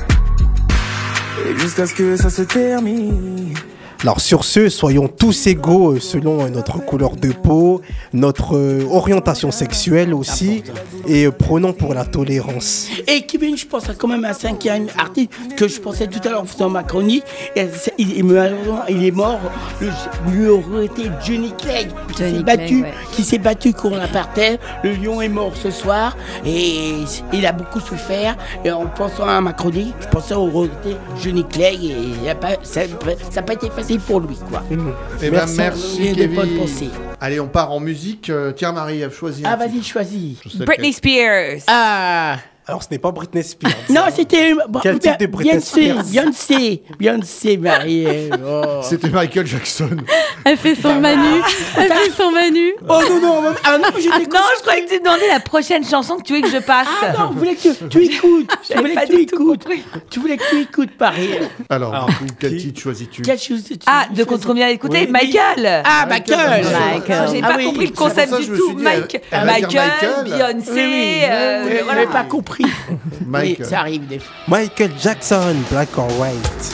Et jusqu'à ce que ça se termine. Alors sur ce, soyons tous égaux selon notre couleur de peau, notre orientation sexuelle aussi, et prenons pour la tolérance. Et Kevin, je pense quand même à un 5e artiste que je pensais tout à l'heure en faisant ma chronique. Il est mort. Lui aurait été Johnny Clegg qui s'est battu contre l'apartheid. Le lion est mort ce soir et il a beaucoup souffert. Et en pensant à ma chronique, je pensais au regretté Johnny Clegg et ça n'a pas été facile pour lui, quoi. Eh ben, merci Kevin. Pensée. Allez, on part en musique. Tiens, Marie, choisis. Ah, vas-y, choisis. Britney Spears. Ah. Alors, ce n'est pas Britney Spears. Non, c'était Quel type de Britney Spears? Beyoncé, Marie. Oh. C'était Michael Jackson. Elle fait son Manu. Elle fait son Manu. Oh non, non, je croyais que tu demandais la prochaine chanson que tu voulais que je passe. Ah non, je voulais que tu écoutes. Tu voulais que tu écoutes, Paris. Alors, du coup, quel titre choisis-tu? De contre combien d'écouter? Oui. Michael. Ah, Michael. J'ai pas compris le concept du tout. Michael, Beyoncé. Je n'avais pas compris. Oui, ça arrive des fois. Michael Jackson, Black or White.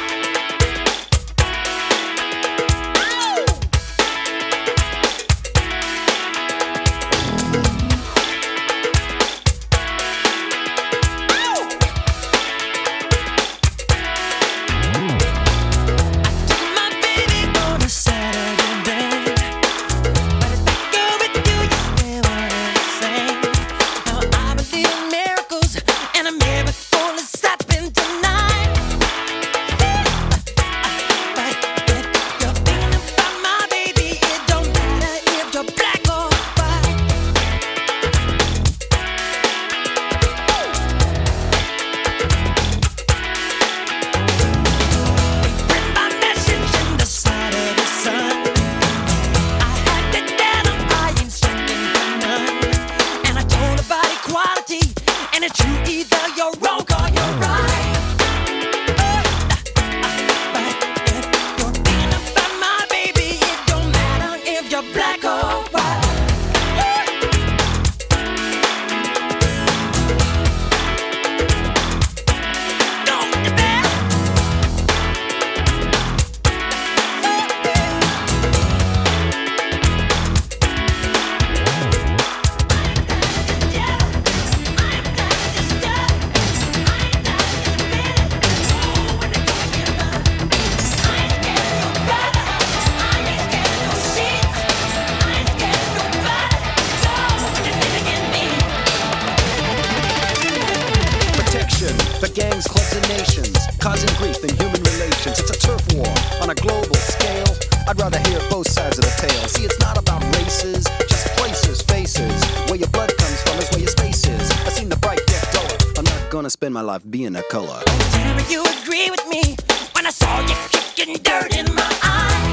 Spend my life being a color. Tell me you agree with me when I saw you kicking dirt in my eye.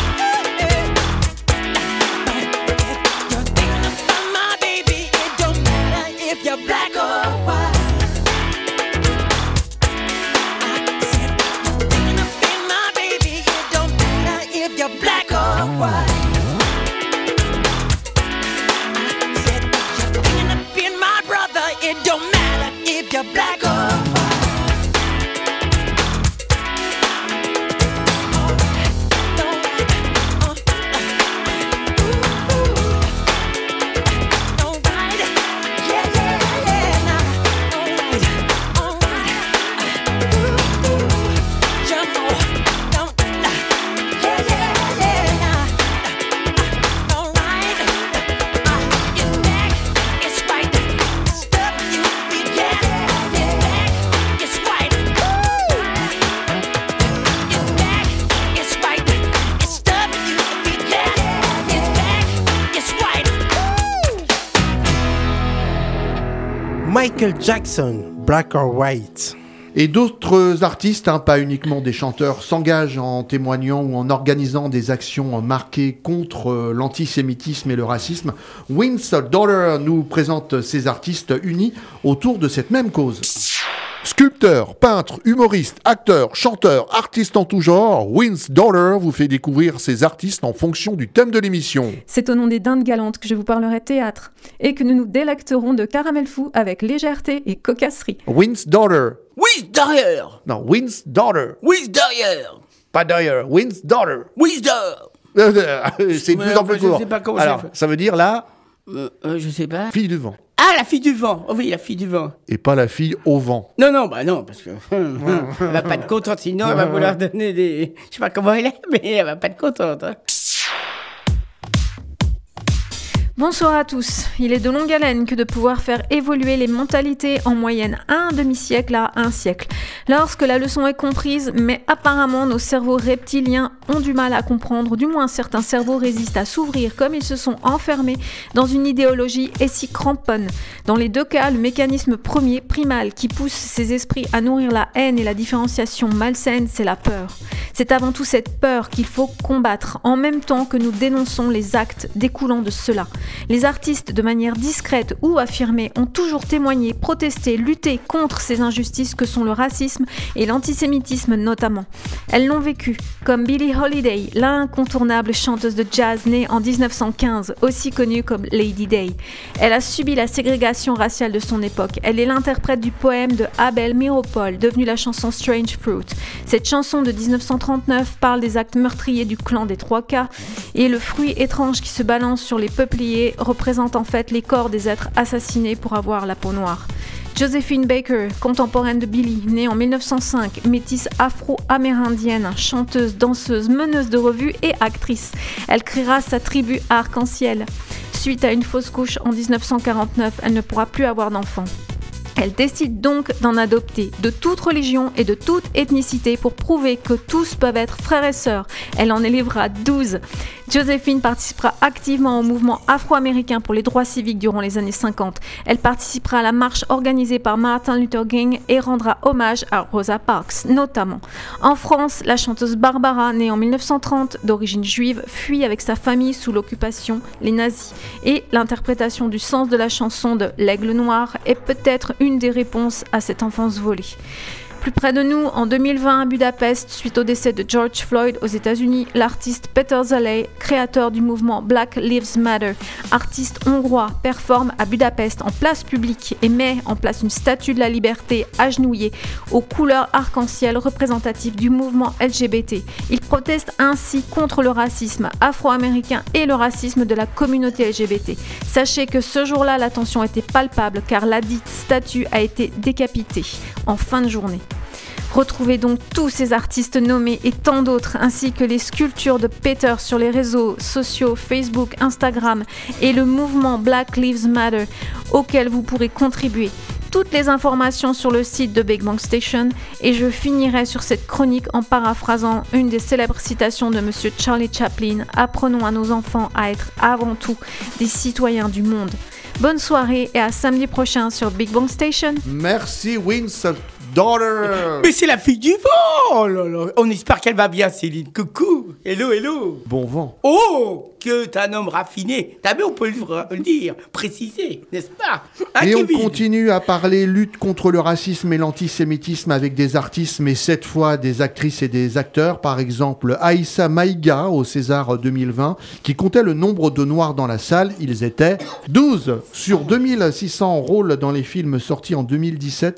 You're thinking about my baby. It don't matter if you're black or white. I said you're thinking about my baby. It don't matter if you're black or white. I said you're thinking about my brother. It don't matter if you're black or white. Michael Jackson, Black or White. Et d'autres artistes, pas uniquement des chanteurs, s'engagent en témoignant ou en organisant des actions marquées contre l'antisémitisme et le racisme. Wins Dollar nous présente ces artistes unis autour de cette même cause. Sculpteur, peintre, humoriste, acteur, chanteur, artiste en tout genre, Wins Dollar vous fait découvrir ces artistes en fonction du thème de l'émission. C'est au nom des dindes galantes que je vous parlerai théâtre et que nous nous délecterons de caramel fou avec légèreté et cocasserie. Wins Dollar. Wins Dollar. Non, Wins Dollar. Wins Dollar. Pas Dollar, Wins Dollar. Wins Dollar. C'est de plus en plus court. Alors, ça veut dire là... je sais pas. Fille du vent. Ah, la fille du vent. Oh oui, la fille du vent. Et pas la fille au vent. Non, parce que elle va pas être contente, sinon elle va vouloir donner des... Je sais pas comment elle est, mais elle va pas être contente. Hein. Bonsoir à tous. Il est de longue haleine que de pouvoir faire évoluer les mentalités en moyenne un demi-siècle à un siècle. Lorsque la leçon est comprise, mais apparemment nos cerveaux reptiliens ont du mal à comprendre, du moins certains cerveaux résistent à s'ouvrir comme ils se sont enfermés dans une idéologie et si cramponne. Dans les deux cas, le mécanisme premier, primal, qui pousse ces esprits à nourrir la haine et la différenciation malsaine, c'est la peur. C'est avant tout cette peur qu'il faut combattre, en même temps que nous dénonçons les actes découlant de cela. Les artistes, de manière discrète ou affirmée, ont toujours témoigné, protesté, lutté contre ces injustices que sont le racisme et l'antisémitisme notamment. Elles l'ont vécu, comme Billie Holiday, l'incontournable chanteuse de jazz née en 1915, aussi connue comme Lady Day. Elle a subi la ségrégation raciale de son époque. Elle est l'interprète du poème de Abel Meeropol, devenu la chanson Strange Fruit. Cette chanson de 1939 parle des actes meurtriers du clan des 3K et le fruit étrange qui se balance sur les peupliers représente en fait les corps des êtres assassinés pour avoir la peau noire. Josephine Baker, contemporaine de Billie, née en 1905, métisse afro-amérindienne, chanteuse, danseuse, meneuse de revue et actrice. Elle créera sa tribu Arc-en-Ciel. Suite à une fausse couche en 1949, elle ne pourra plus avoir d'enfants. Elle décide donc d'en adopter de toute religion et de toute ethnicité pour prouver que tous peuvent être frères et sœurs. Elle en élèvera 12. Josephine participera activement au mouvement afro-américain pour les droits civiques durant les années 50. Elle participera à la marche organisée par Martin Luther King et rendra hommage à Rosa Parks, notamment. En France, la chanteuse Barbara, née en 1930, d'origine juive, fuit avec sa famille sous l'occupation, les nazis. Et l'interprétation du sens de la chanson de L'Aigle Noir est peut-être une des réponses à cette enfance volée. Plus près de nous, en 2020 à Budapest, suite au décès de George Floyd aux États-Unis, l'artiste Peter Zalay, créateur du mouvement Black Lives Matter, artiste hongrois, performe à Budapest en place publique et met en place une statue de la liberté agenouillée aux couleurs arc-en-ciel représentatives du mouvement LGBT. Il proteste ainsi contre le racisme afro-américain et le racisme de la communauté LGBT. Sachez que ce jour-là, la tension était palpable car la dite statue a été décapitée en fin de journée. Retrouvez donc tous ces artistes nommés et tant d'autres, ainsi que les sculptures de Peter sur les réseaux sociaux Facebook, Instagram et le mouvement Black Lives Matter auquel vous pourrez contribuer. Toutes les informations sur le site de Big Bang Station et je finirai sur cette chronique en paraphrasant une des célèbres citations de Monsieur Charlie Chaplin. Apprenons à nos enfants à être avant tout des citoyens du monde. Bonne soirée et à samedi prochain sur Big Bang Station. Merci Wins Dollar. Mais c'est la fille du vent. Oh là là. On espère qu'elle va bien, Céline. Coucou. Hello, hello. Bon vent. Oh, que t'es un homme raffiné. T'as bien, on peut le dire, préciser, n'est-ce pas? Et Kevin, on continue à parler lutte contre le racisme et l'antisémitisme avec des artistes, mais cette fois des actrices et des acteurs. Par exemple, Aïssa Maïga au César 2020, qui comptait le nombre de noirs dans la salle. Ils étaient 12. Sur 2600 rôles dans les films sortis en 2017,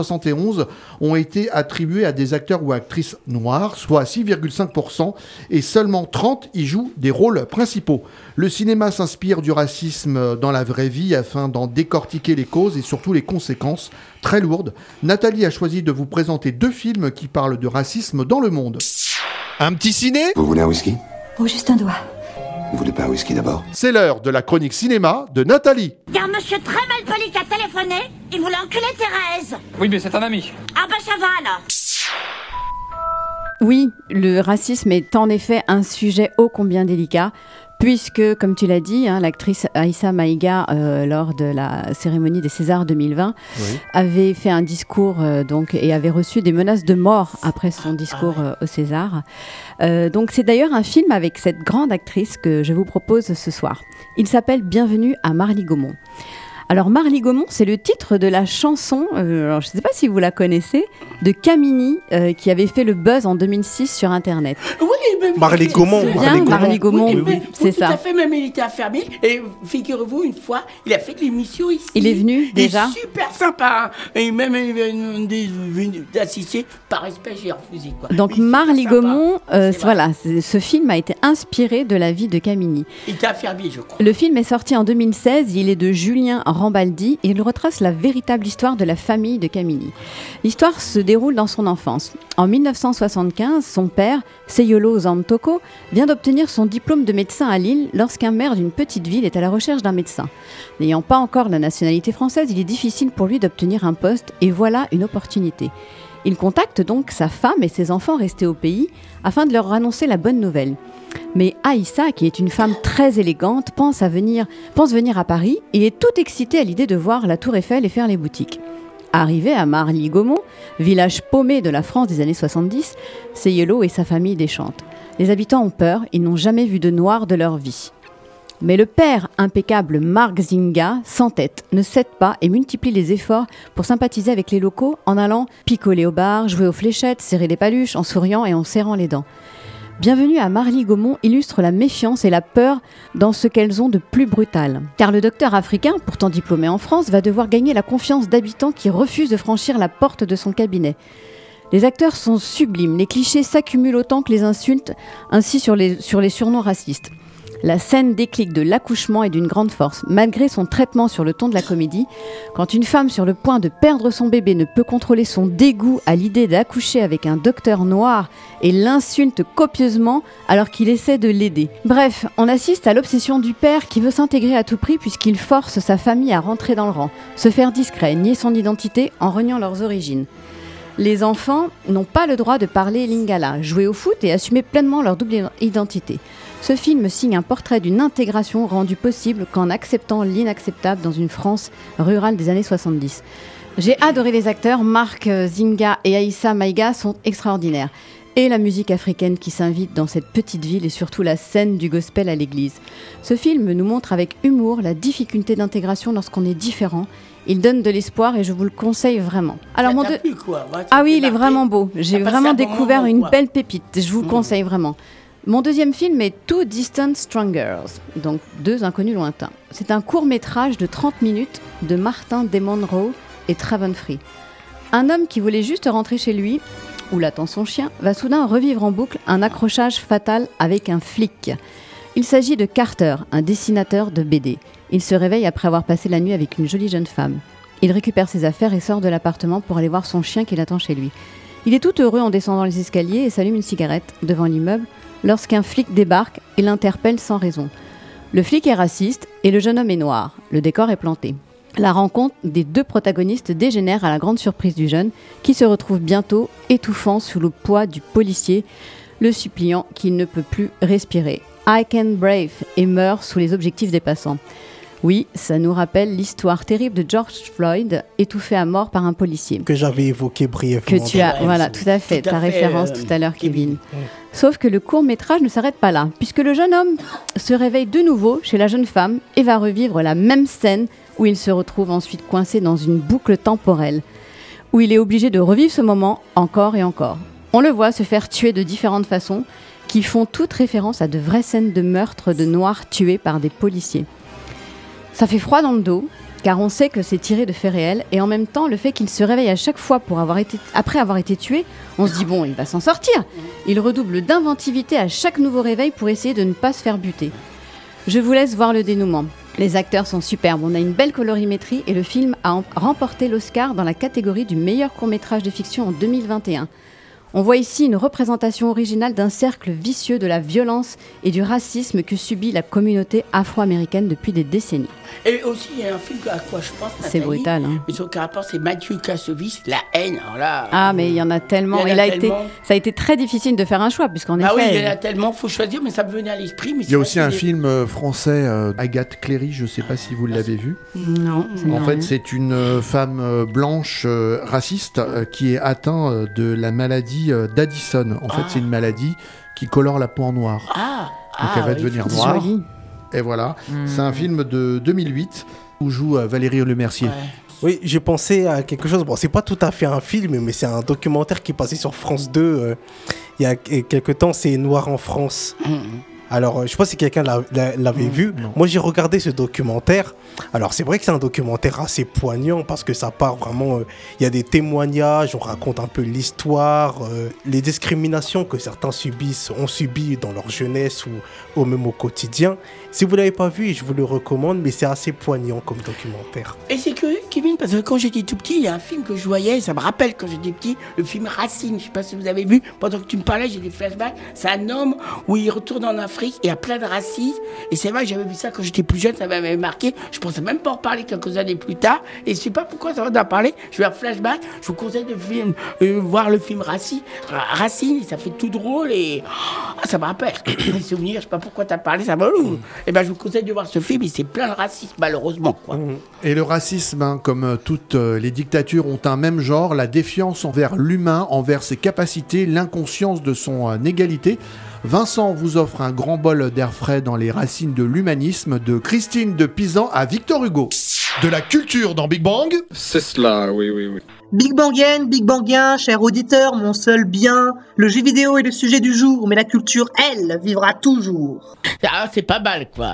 171 ont été attribués à des acteurs ou actrices noirs, soit 6,5%, et seulement 30 y jouent des rôles principaux. Le cinéma s'inspire du racisme dans la vraie vie afin d'en décortiquer les causes et surtout les conséquences très lourdes. Nathalie a choisi de vous présenter 2 films qui parlent de racisme dans le monde. Un petit ciné ? Vous voulez un whisky ? Oh, juste un doigt. Vous voulez pas un whisky d'abord ? C'est l'heure de la chronique cinéma de Nathalie. Il y a un monsieur très mal poli qui a téléphoné. Il voulait enculer Thérèse. Oui, mais c'est un ami. Ah bah ça va alors. Oui, le racisme est en effet un sujet ô combien délicat. Puisque, comme tu l'as dit, l'actrice Aïssa Maïga, lors de la cérémonie des Césars 2020, avait fait un discours et avait reçu des menaces de mort après son discours au César. Donc c'est d'ailleurs un film avec cette grande actrice que je vous propose ce soir. Il s'appelle Bienvenue à Marly-Gaumont. Alors Marly Gaumont, c'est le titre de la chanson, alors je ne sais pas si vous la connaissez, de Camini, qui avait fait le buzz en 2006 sur Internet. Oui, mais Marly Gaumont. Marly Gaumont, c'est ça. Tout à fait, même il était affermi. Et figurez-vous, une fois, il a fait de l'émission ici. Il est venu déjà. Il est super sympa. Hein. Et même venu d'assister, par respect, j'ai refusé. Quoi. Donc Marly Gaumont, voilà, ce film a été inspiré de la vie de Camini. Il était affermi, je crois. Le film est sorti en 2016, il est de Julien Rambaldi et il retrace la véritable histoire de la famille de Camini. L'histoire se déroule dans son enfance. En 1975, son père, Seyolo Zantoko, vient d'obtenir son diplôme de médecin à Lille lorsqu'un maire d'une petite ville est à la recherche d'un médecin. N'ayant pas encore la nationalité française, il est difficile pour lui d'obtenir un poste et voilà une opportunité. Il contacte donc sa femme et ses enfants restés au pays afin de leur annoncer la bonne nouvelle. Mais Aïssa, qui est une femme très élégante, pense venir à Paris et est toute excitée à l'idée de voir la Tour Eiffel et faire les boutiques. Arrivé à Marly-Gaumont, village paumé de la France des années 70, Seyelo et sa famille déchantent. Les habitants ont peur, ils n'ont jamais vu de noir de leur vie. Mais le père impeccable Marc Zinga s'entête, ne cède pas et multiplie les efforts pour sympathiser avec les locaux en allant picoler au bar, jouer aux fléchettes, serrer des paluches, en souriant et en serrant les dents. Bienvenue à Marly-Gaumont illustre la méfiance et la peur dans ce qu'elles ont de plus brutal. Car le docteur africain, pourtant diplômé en France, va devoir gagner la confiance d'habitants qui refusent de franchir la porte de son cabinet. Les acteurs sont sublimes, les clichés s'accumulent autant que les insultes, ainsi sur les surnoms racistes. La scène déclic de l'accouchement est d'une grande force, malgré son traitement sur le ton de la comédie. Quand une femme sur le point de perdre son bébé ne peut contrôler son dégoût à l'idée d'accoucher avec un docteur noir et l'insulte copieusement alors qu'il essaie de l'aider. Bref, on assiste à l'obsession du père qui veut s'intégrer à tout prix puisqu'il force sa famille à rentrer dans le rang, se faire discret, nier son identité en reniant leurs origines. Les enfants n'ont pas le droit de parler lingala, jouer au foot et assumer pleinement leur double identité. Ce film signe un portrait d'une intégration rendue possible qu'en acceptant l'inacceptable dans une France rurale des années 70. J'ai adoré les acteurs, Marc Zinga et Aïssa Maïga sont extraordinaires. Et la musique africaine qui s'invite dans cette petite ville et surtout la scène du gospel à l'église. Ce film nous montre avec humour la difficulté d'intégration lorsqu'on est différent. Il donne de l'espoir et je vous le conseille vraiment. Alors Ah oui, il est vraiment beau. J'ai vraiment découvert une belle pépite. Je vous le conseille vraiment. Mon deuxième film est Two Distant Strangers, donc Deux inconnus lointains. C'est un court-métrage de 30 minutes de Martin Demonroe et Traven Free. Un homme qui voulait juste rentrer chez lui, où l'attend son chien, va soudain revivre en boucle un accrochage fatal avec un flic. Il s'agit de Carter, un dessinateur de BD. Il se réveille après avoir passé la nuit avec une jolie jeune femme. Il récupère ses affaires et sort de l'appartement pour aller voir son chien qui l'attend chez lui. Il est tout heureux en descendant les escaliers et s'allume une cigarette devant l'immeuble lorsqu'un flic débarque et l'interpelle sans raison. Le flic est raciste et le jeune homme est noir. Le décor est planté. La rencontre des deux protagonistes dégénère à la grande surprise du jeune qui se retrouve bientôt étouffant sous le poids du policier, le suppliant qu'il ne peut plus respirer. I can breathe et meurt sous les objectifs des passants. Oui, ça nous rappelle l'histoire terrible de George Floyd, étouffé à mort par un policier. Que j'avais évoqué brièvement. Que tu as, voilà, tout à fait, ta référence tout à l'heure, Kevin. Sauf que le court-métrage ne s'arrête pas là, puisque le jeune homme se réveille de nouveau chez la jeune femme et va revivre la même scène où il se retrouve ensuite coincé dans une boucle temporelle, où il est obligé de revivre ce moment encore et encore. On le voit se faire tuer de différentes façons, qui font toute référence à de vraies scènes de meurtre de noirs tués par des policiers. Ça fait froid dans le dos, car on sait que c'est tiré de faits réels, et en même temps, le fait qu'il se réveille à chaque fois après avoir été tué, on se dit bon, il va s'en sortir. Il redouble d'inventivité à chaque nouveau réveil pour essayer de ne pas se faire buter. Je vous laisse voir le dénouement. Les acteurs sont superbes, on a une belle colorimétrie, et le film a remporté l'Oscar dans la catégorie du meilleur court-métrage de fiction en 2021. On voit ici une représentation originale d'un cercle vicieux de la violence et du racisme que subit la communauté afro-américaine depuis des décennies. Et aussi, il y a un film à quoi je pense, C'est Nathalie, brutal, hein. mais son rapport, c'est Mathieu Kassovitz, La haine. Alors là, Ah, mais il y en a tellement. Ça a été très difficile de faire un choix, puisqu'en effet... Ah oui, il y en a tellement, faut choisir, mais ça me venait à l'esprit. Mais Il y a aussi un film français, Agathe Cléry, je ne sais pas si vous l'avez vu. Non. En fait, c'est une femme blanche raciste qui est atteinte de la maladie d'Addison. En fait, c'est une maladie qui colore la peau en noir. Donc elle va devenir noire. Joli. Et voilà. C'est un film de 2008 où joue Valérie Lemercier. Oui, j'ai pensé à quelque chose. Bon, c'est pas tout à fait un film, mais c'est un documentaire qui est passé sur France 2 il y a quelques temps. C'est Noir en France. Alors, je sais pas si quelqu'un l'avait vu. Non. Moi, j'ai regardé ce documentaire. Alors, c'est vrai que c'est un documentaire assez poignant parce que ça part vraiment... Il y a des témoignages, on raconte un peu l'histoire, les discriminations que certains ont subi dans leur jeunesse ou même au quotidien. Si vous l'avez pas vu, je vous le recommande, mais c'est assez poignant comme documentaire. Et c'est curieux, Kevin, parce que quand j'étais tout petit, il y a un film que je voyais, ça me rappelle quand j'étais petit, le film Racine. Je sais pas si vous avez vu, pendant que tu me parlais, j'ai des flashbacks. C'est un homme où il retourne en Afrique et il y a plein de racisme. Et c'est vrai que j'avais vu ça quand j'étais plus jeune, ça m'avait marqué. Je pensais même pas en parler quelques années plus tard. Et je sais pas pourquoi ça va d'en parler. Je vais un flashback. Je vous conseille de voir le film Racine. Ça fait tout drôle et ça me rappelle des souvenirs. Je sais pas pourquoi t'as parlé, ça va. Et ben je vous conseille de voir ce film. Et c'est plein de racisme malheureusement, quoi. Et le racisme, hein, comme toutes les dictatures, ont un même genre, la défiance envers l'humain, envers ses capacités, l'inconscience de son égalité. Vincent vous offre un grand bol d'air frais dans les racines de l'humanisme, de Christine de Pisan à Victor Hugo. De la culture dans Big Bang. C'est cela, oui. Big Bangien, cher auditeur, mon seul bien. Le jeu vidéo est le sujet du jour, mais la culture, elle, vivra toujours. Ah, c'est pas mal, quoi.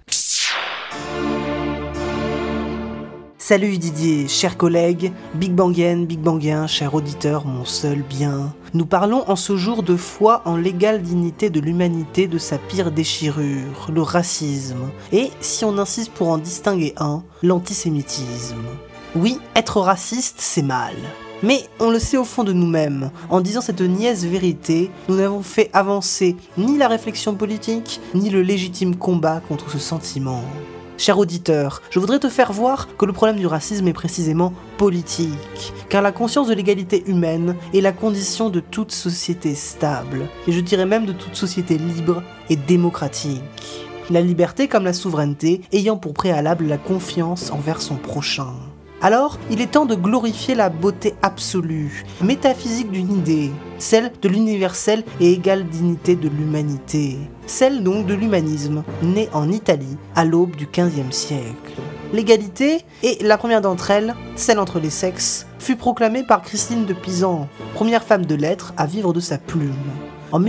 Salut Didier, chers collègues, Big Bangien, cher auditeur, mon seul bien. Nous parlons en ce jour de foi en l'égale dignité de l'humanité de sa pire déchirure, le racisme. Et, si on insiste pour en distinguer un, l'antisémitisme. Oui, être raciste, c'est mal. Mais on le sait au fond de nous-mêmes. En disant cette niaise vérité, nous n'avons fait avancer ni la réflexion politique, ni le légitime combat contre ce sentiment. Cher auditeur, je voudrais te faire voir que le problème du racisme est précisément politique, car la conscience de l'égalité humaine est la condition de toute société stable, et je dirais même de toute société libre et démocratique. La liberté comme la souveraineté ayant pour préalable la confiance envers son prochain. Alors, il est temps de glorifier la beauté absolue, métaphysique d'une idée, celle de l'universelle et égale dignité de l'humanité, celle donc de l'humanisme, né en Italie à l'aube du XVe siècle. L'égalité, et la première d'entre elles, celle entre les sexes, fut proclamée par Christine de Pisan, première femme de lettres à vivre de sa plume. En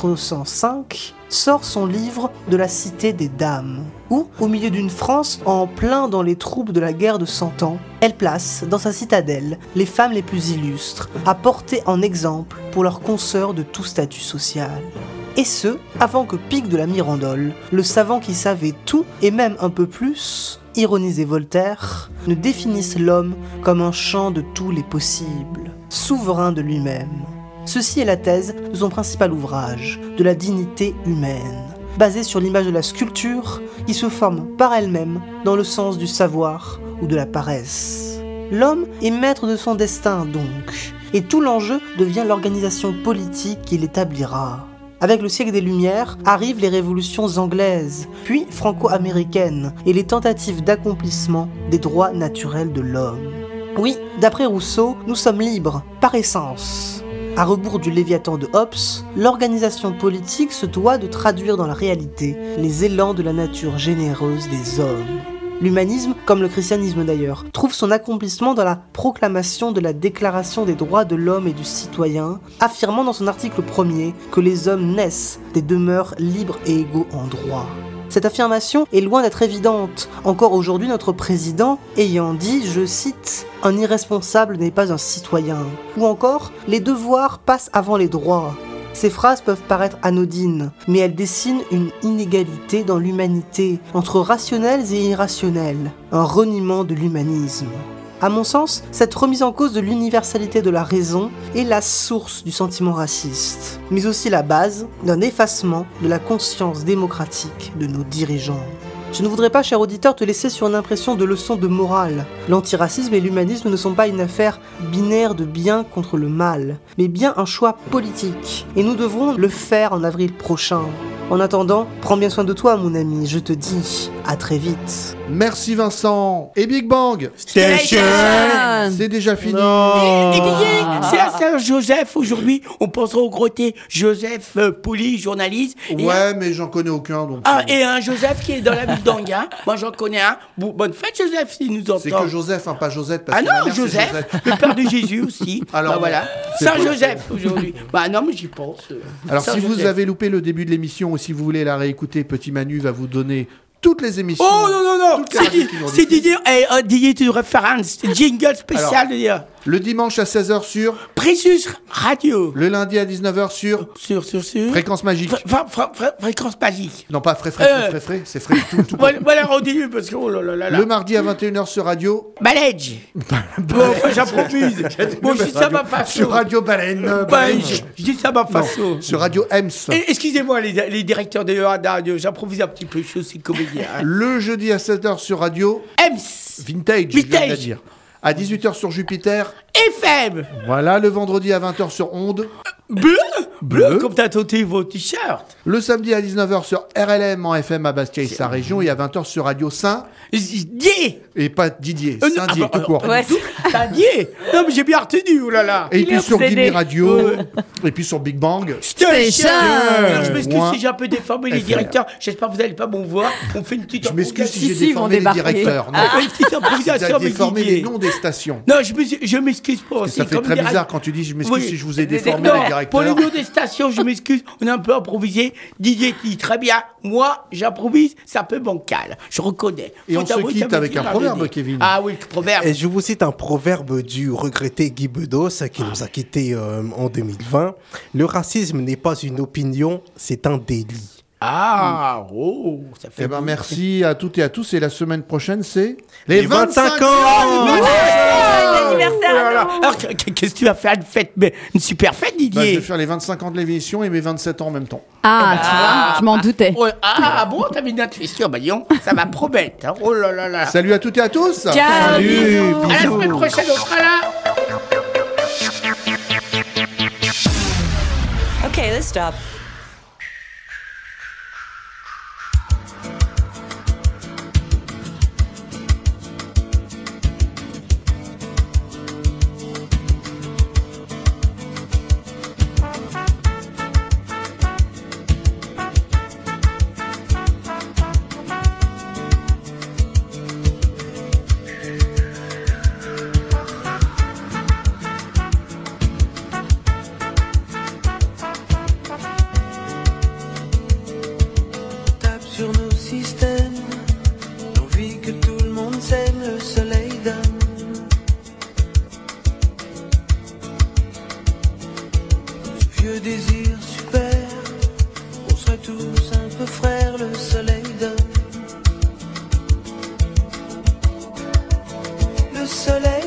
1405, sort son livre de la Cité des Dames, où, au milieu d'une France en plein dans les troubles de la guerre de 100 ans, elle place, dans sa citadelle, les femmes les plus illustres, à porter en exemple pour leurs consoeurs de tout statut social. Et ce, avant que Pic de la Mirandole, le savant qui savait tout et même un peu plus, ironisait Voltaire, ne définisse l'homme comme un champ de tous les possibles, souverain de lui-même. Ceci est la thèse de son principal ouvrage, de la dignité humaine, basée sur l'image de la sculpture qui se forme par elle-même dans le sens du savoir ou de la paresse. L'homme est maître de son destin donc, et tout l'enjeu devient l'organisation politique qu'il établira. Avec le siècle des Lumières arrivent les révolutions anglaises, puis franco-américaines et les tentatives d'accomplissement des droits naturels de l'homme. Oui, d'après Rousseau, nous sommes libres, par essence. À rebours du Léviathan de Hobbes, l'organisation politique se doit de traduire dans la réalité les élans de la nature généreuse des hommes. L'humanisme, comme le christianisme d'ailleurs, trouve son accomplissement dans la proclamation de la Déclaration des droits de l'homme et du citoyen, affirmant dans son article 1er que les hommes naissent des demeures libres et égaux en droit. Cette affirmation est loin d'être évidente, encore aujourd'hui notre président ayant dit, je cite, « Un irresponsable n'est pas un citoyen » ou encore « Les devoirs passent avant les droits ». Ces phrases peuvent paraître anodines, mais elles dessinent une inégalité dans l'humanité, entre rationnels et irrationnels, un reniement de l'humanisme. À mon sens, cette remise en cause de l'universalité de la raison est la source du sentiment raciste, mais aussi la base d'un effacement de la conscience démocratique de nos dirigeants. Je ne voudrais pas, cher auditeur, te laisser sur une impression de leçon de morale. L'antiracisme et l'humanisme ne sont pas une affaire binaire de bien contre le mal, mais bien un choix politique. Et nous devrons le faire en avril prochain. En attendant, prends bien soin de toi, mon ami. Je te dis à très vite. Merci Vincent. Et Big Bang Station. C'est déjà fini. Et Didier, c'est la Saint-Joseph aujourd'hui. On pensera au grotté Joseph Poli, journaliste. Ouais, mais j'en connais aucun. Donc et un Joseph qui est dans la ville d'Anguin. Moi, j'en connais un. Bonne fête, Joseph, s'il nous entend. C'est que Joseph, pas Josette. Parce que non, ma mère, Joseph, Joseph, le père de Jésus aussi. Alors, voilà. Saint-Joseph aujourd'hui. Non, mais j'y pense. Alors, si vous avez loupé le début de l'émission ou si vous voulez la réécouter, Petit Manu va vous donner toutes les émissions. Oh non, c'est Didier. Didier, tu devrais faire un jingle spécial. Alors, le dimanche à 16h sur Précieux Radio. Le lundi à 19h sur Fréquence Magique. Fréquence Magique. Non, pas frais, c'est frais tout. Voilà, on dit parce que oh là là. Le mardi à 21h sur Radio Balège. Enfin, j'improvise. Bon, je dis ça ma façon. Sur Radio Baleine. Je dis ça ma façon. Sur Radio Ems. Excusez-moi, les directeurs de radio, j'improvise un petit peu, je suis aussi comédien. Le jeudi à 7h sur Radio Ems. Vintage. Je viens de la dire. À 18h sur Jupiter. FM. Voilà, le vendredi à 20h sur Onde. Bleu, comme t'as toté vos t-shirts. Le samedi à 19h sur RLM en FM à Bastia et sa région. Et à 20h sur Radio Saint-Dié. Et pas Didier, Saint-Dié, tout court. Ouais, Saint-Dié. Non, mais j'ai bien retenu, oh là là. Et puis sur Gimme Radio. Et puis sur Big Bang Station. Je m'excuse si j'ai un peu déformé les directeurs. J'espère que vous n'allez pas m'en voir. On fait une petite improvisation. Je m'excuse si j'ai déformé les directeurs. On fait une petite improvisation. Tu as déformé les noms des stations. Non, je m'excuse pas aussi. Ça fait très bizarre quand tu dis je m'excuse si je vous ai déformé les directeurs. Pour les noms des stations, je m'excuse. On a un peu improvisé. Didier dit très bien. Moi, j'improvise. C'est un peu bancal. Je reconnais. Et on se quitte avec un proverbe, Kevin. Ah oui, le proverbe. Et je vous cite un proverbe du regretté Guy Bedos qui nous a quittés en 2020. Le racisme n'est pas une opinion, c'est un délit. Ça fait merci à toutes et à tous. Et la semaine prochaine, c'est les 25 ans. Alors, qu'est-ce que tu vas faire? Une super fête, Didier? Je vais faire les 25 ans de l'émission et mes 27 ans en même temps. Tu vois, je m'en doutais. Bon, t'avais une intuition, disons, ça va promettre. Hein. Oh là là là. Salut à toutes et à tous. Ciao, bisous. À la semaine prochaine, on sera là. Okay, let's stop. Sur nos systèmes, l'envie que tout le monde s'aime, le soleil donne. Ce vieux désir super, on serait tous un peu frères, le soleil donne. Le soleil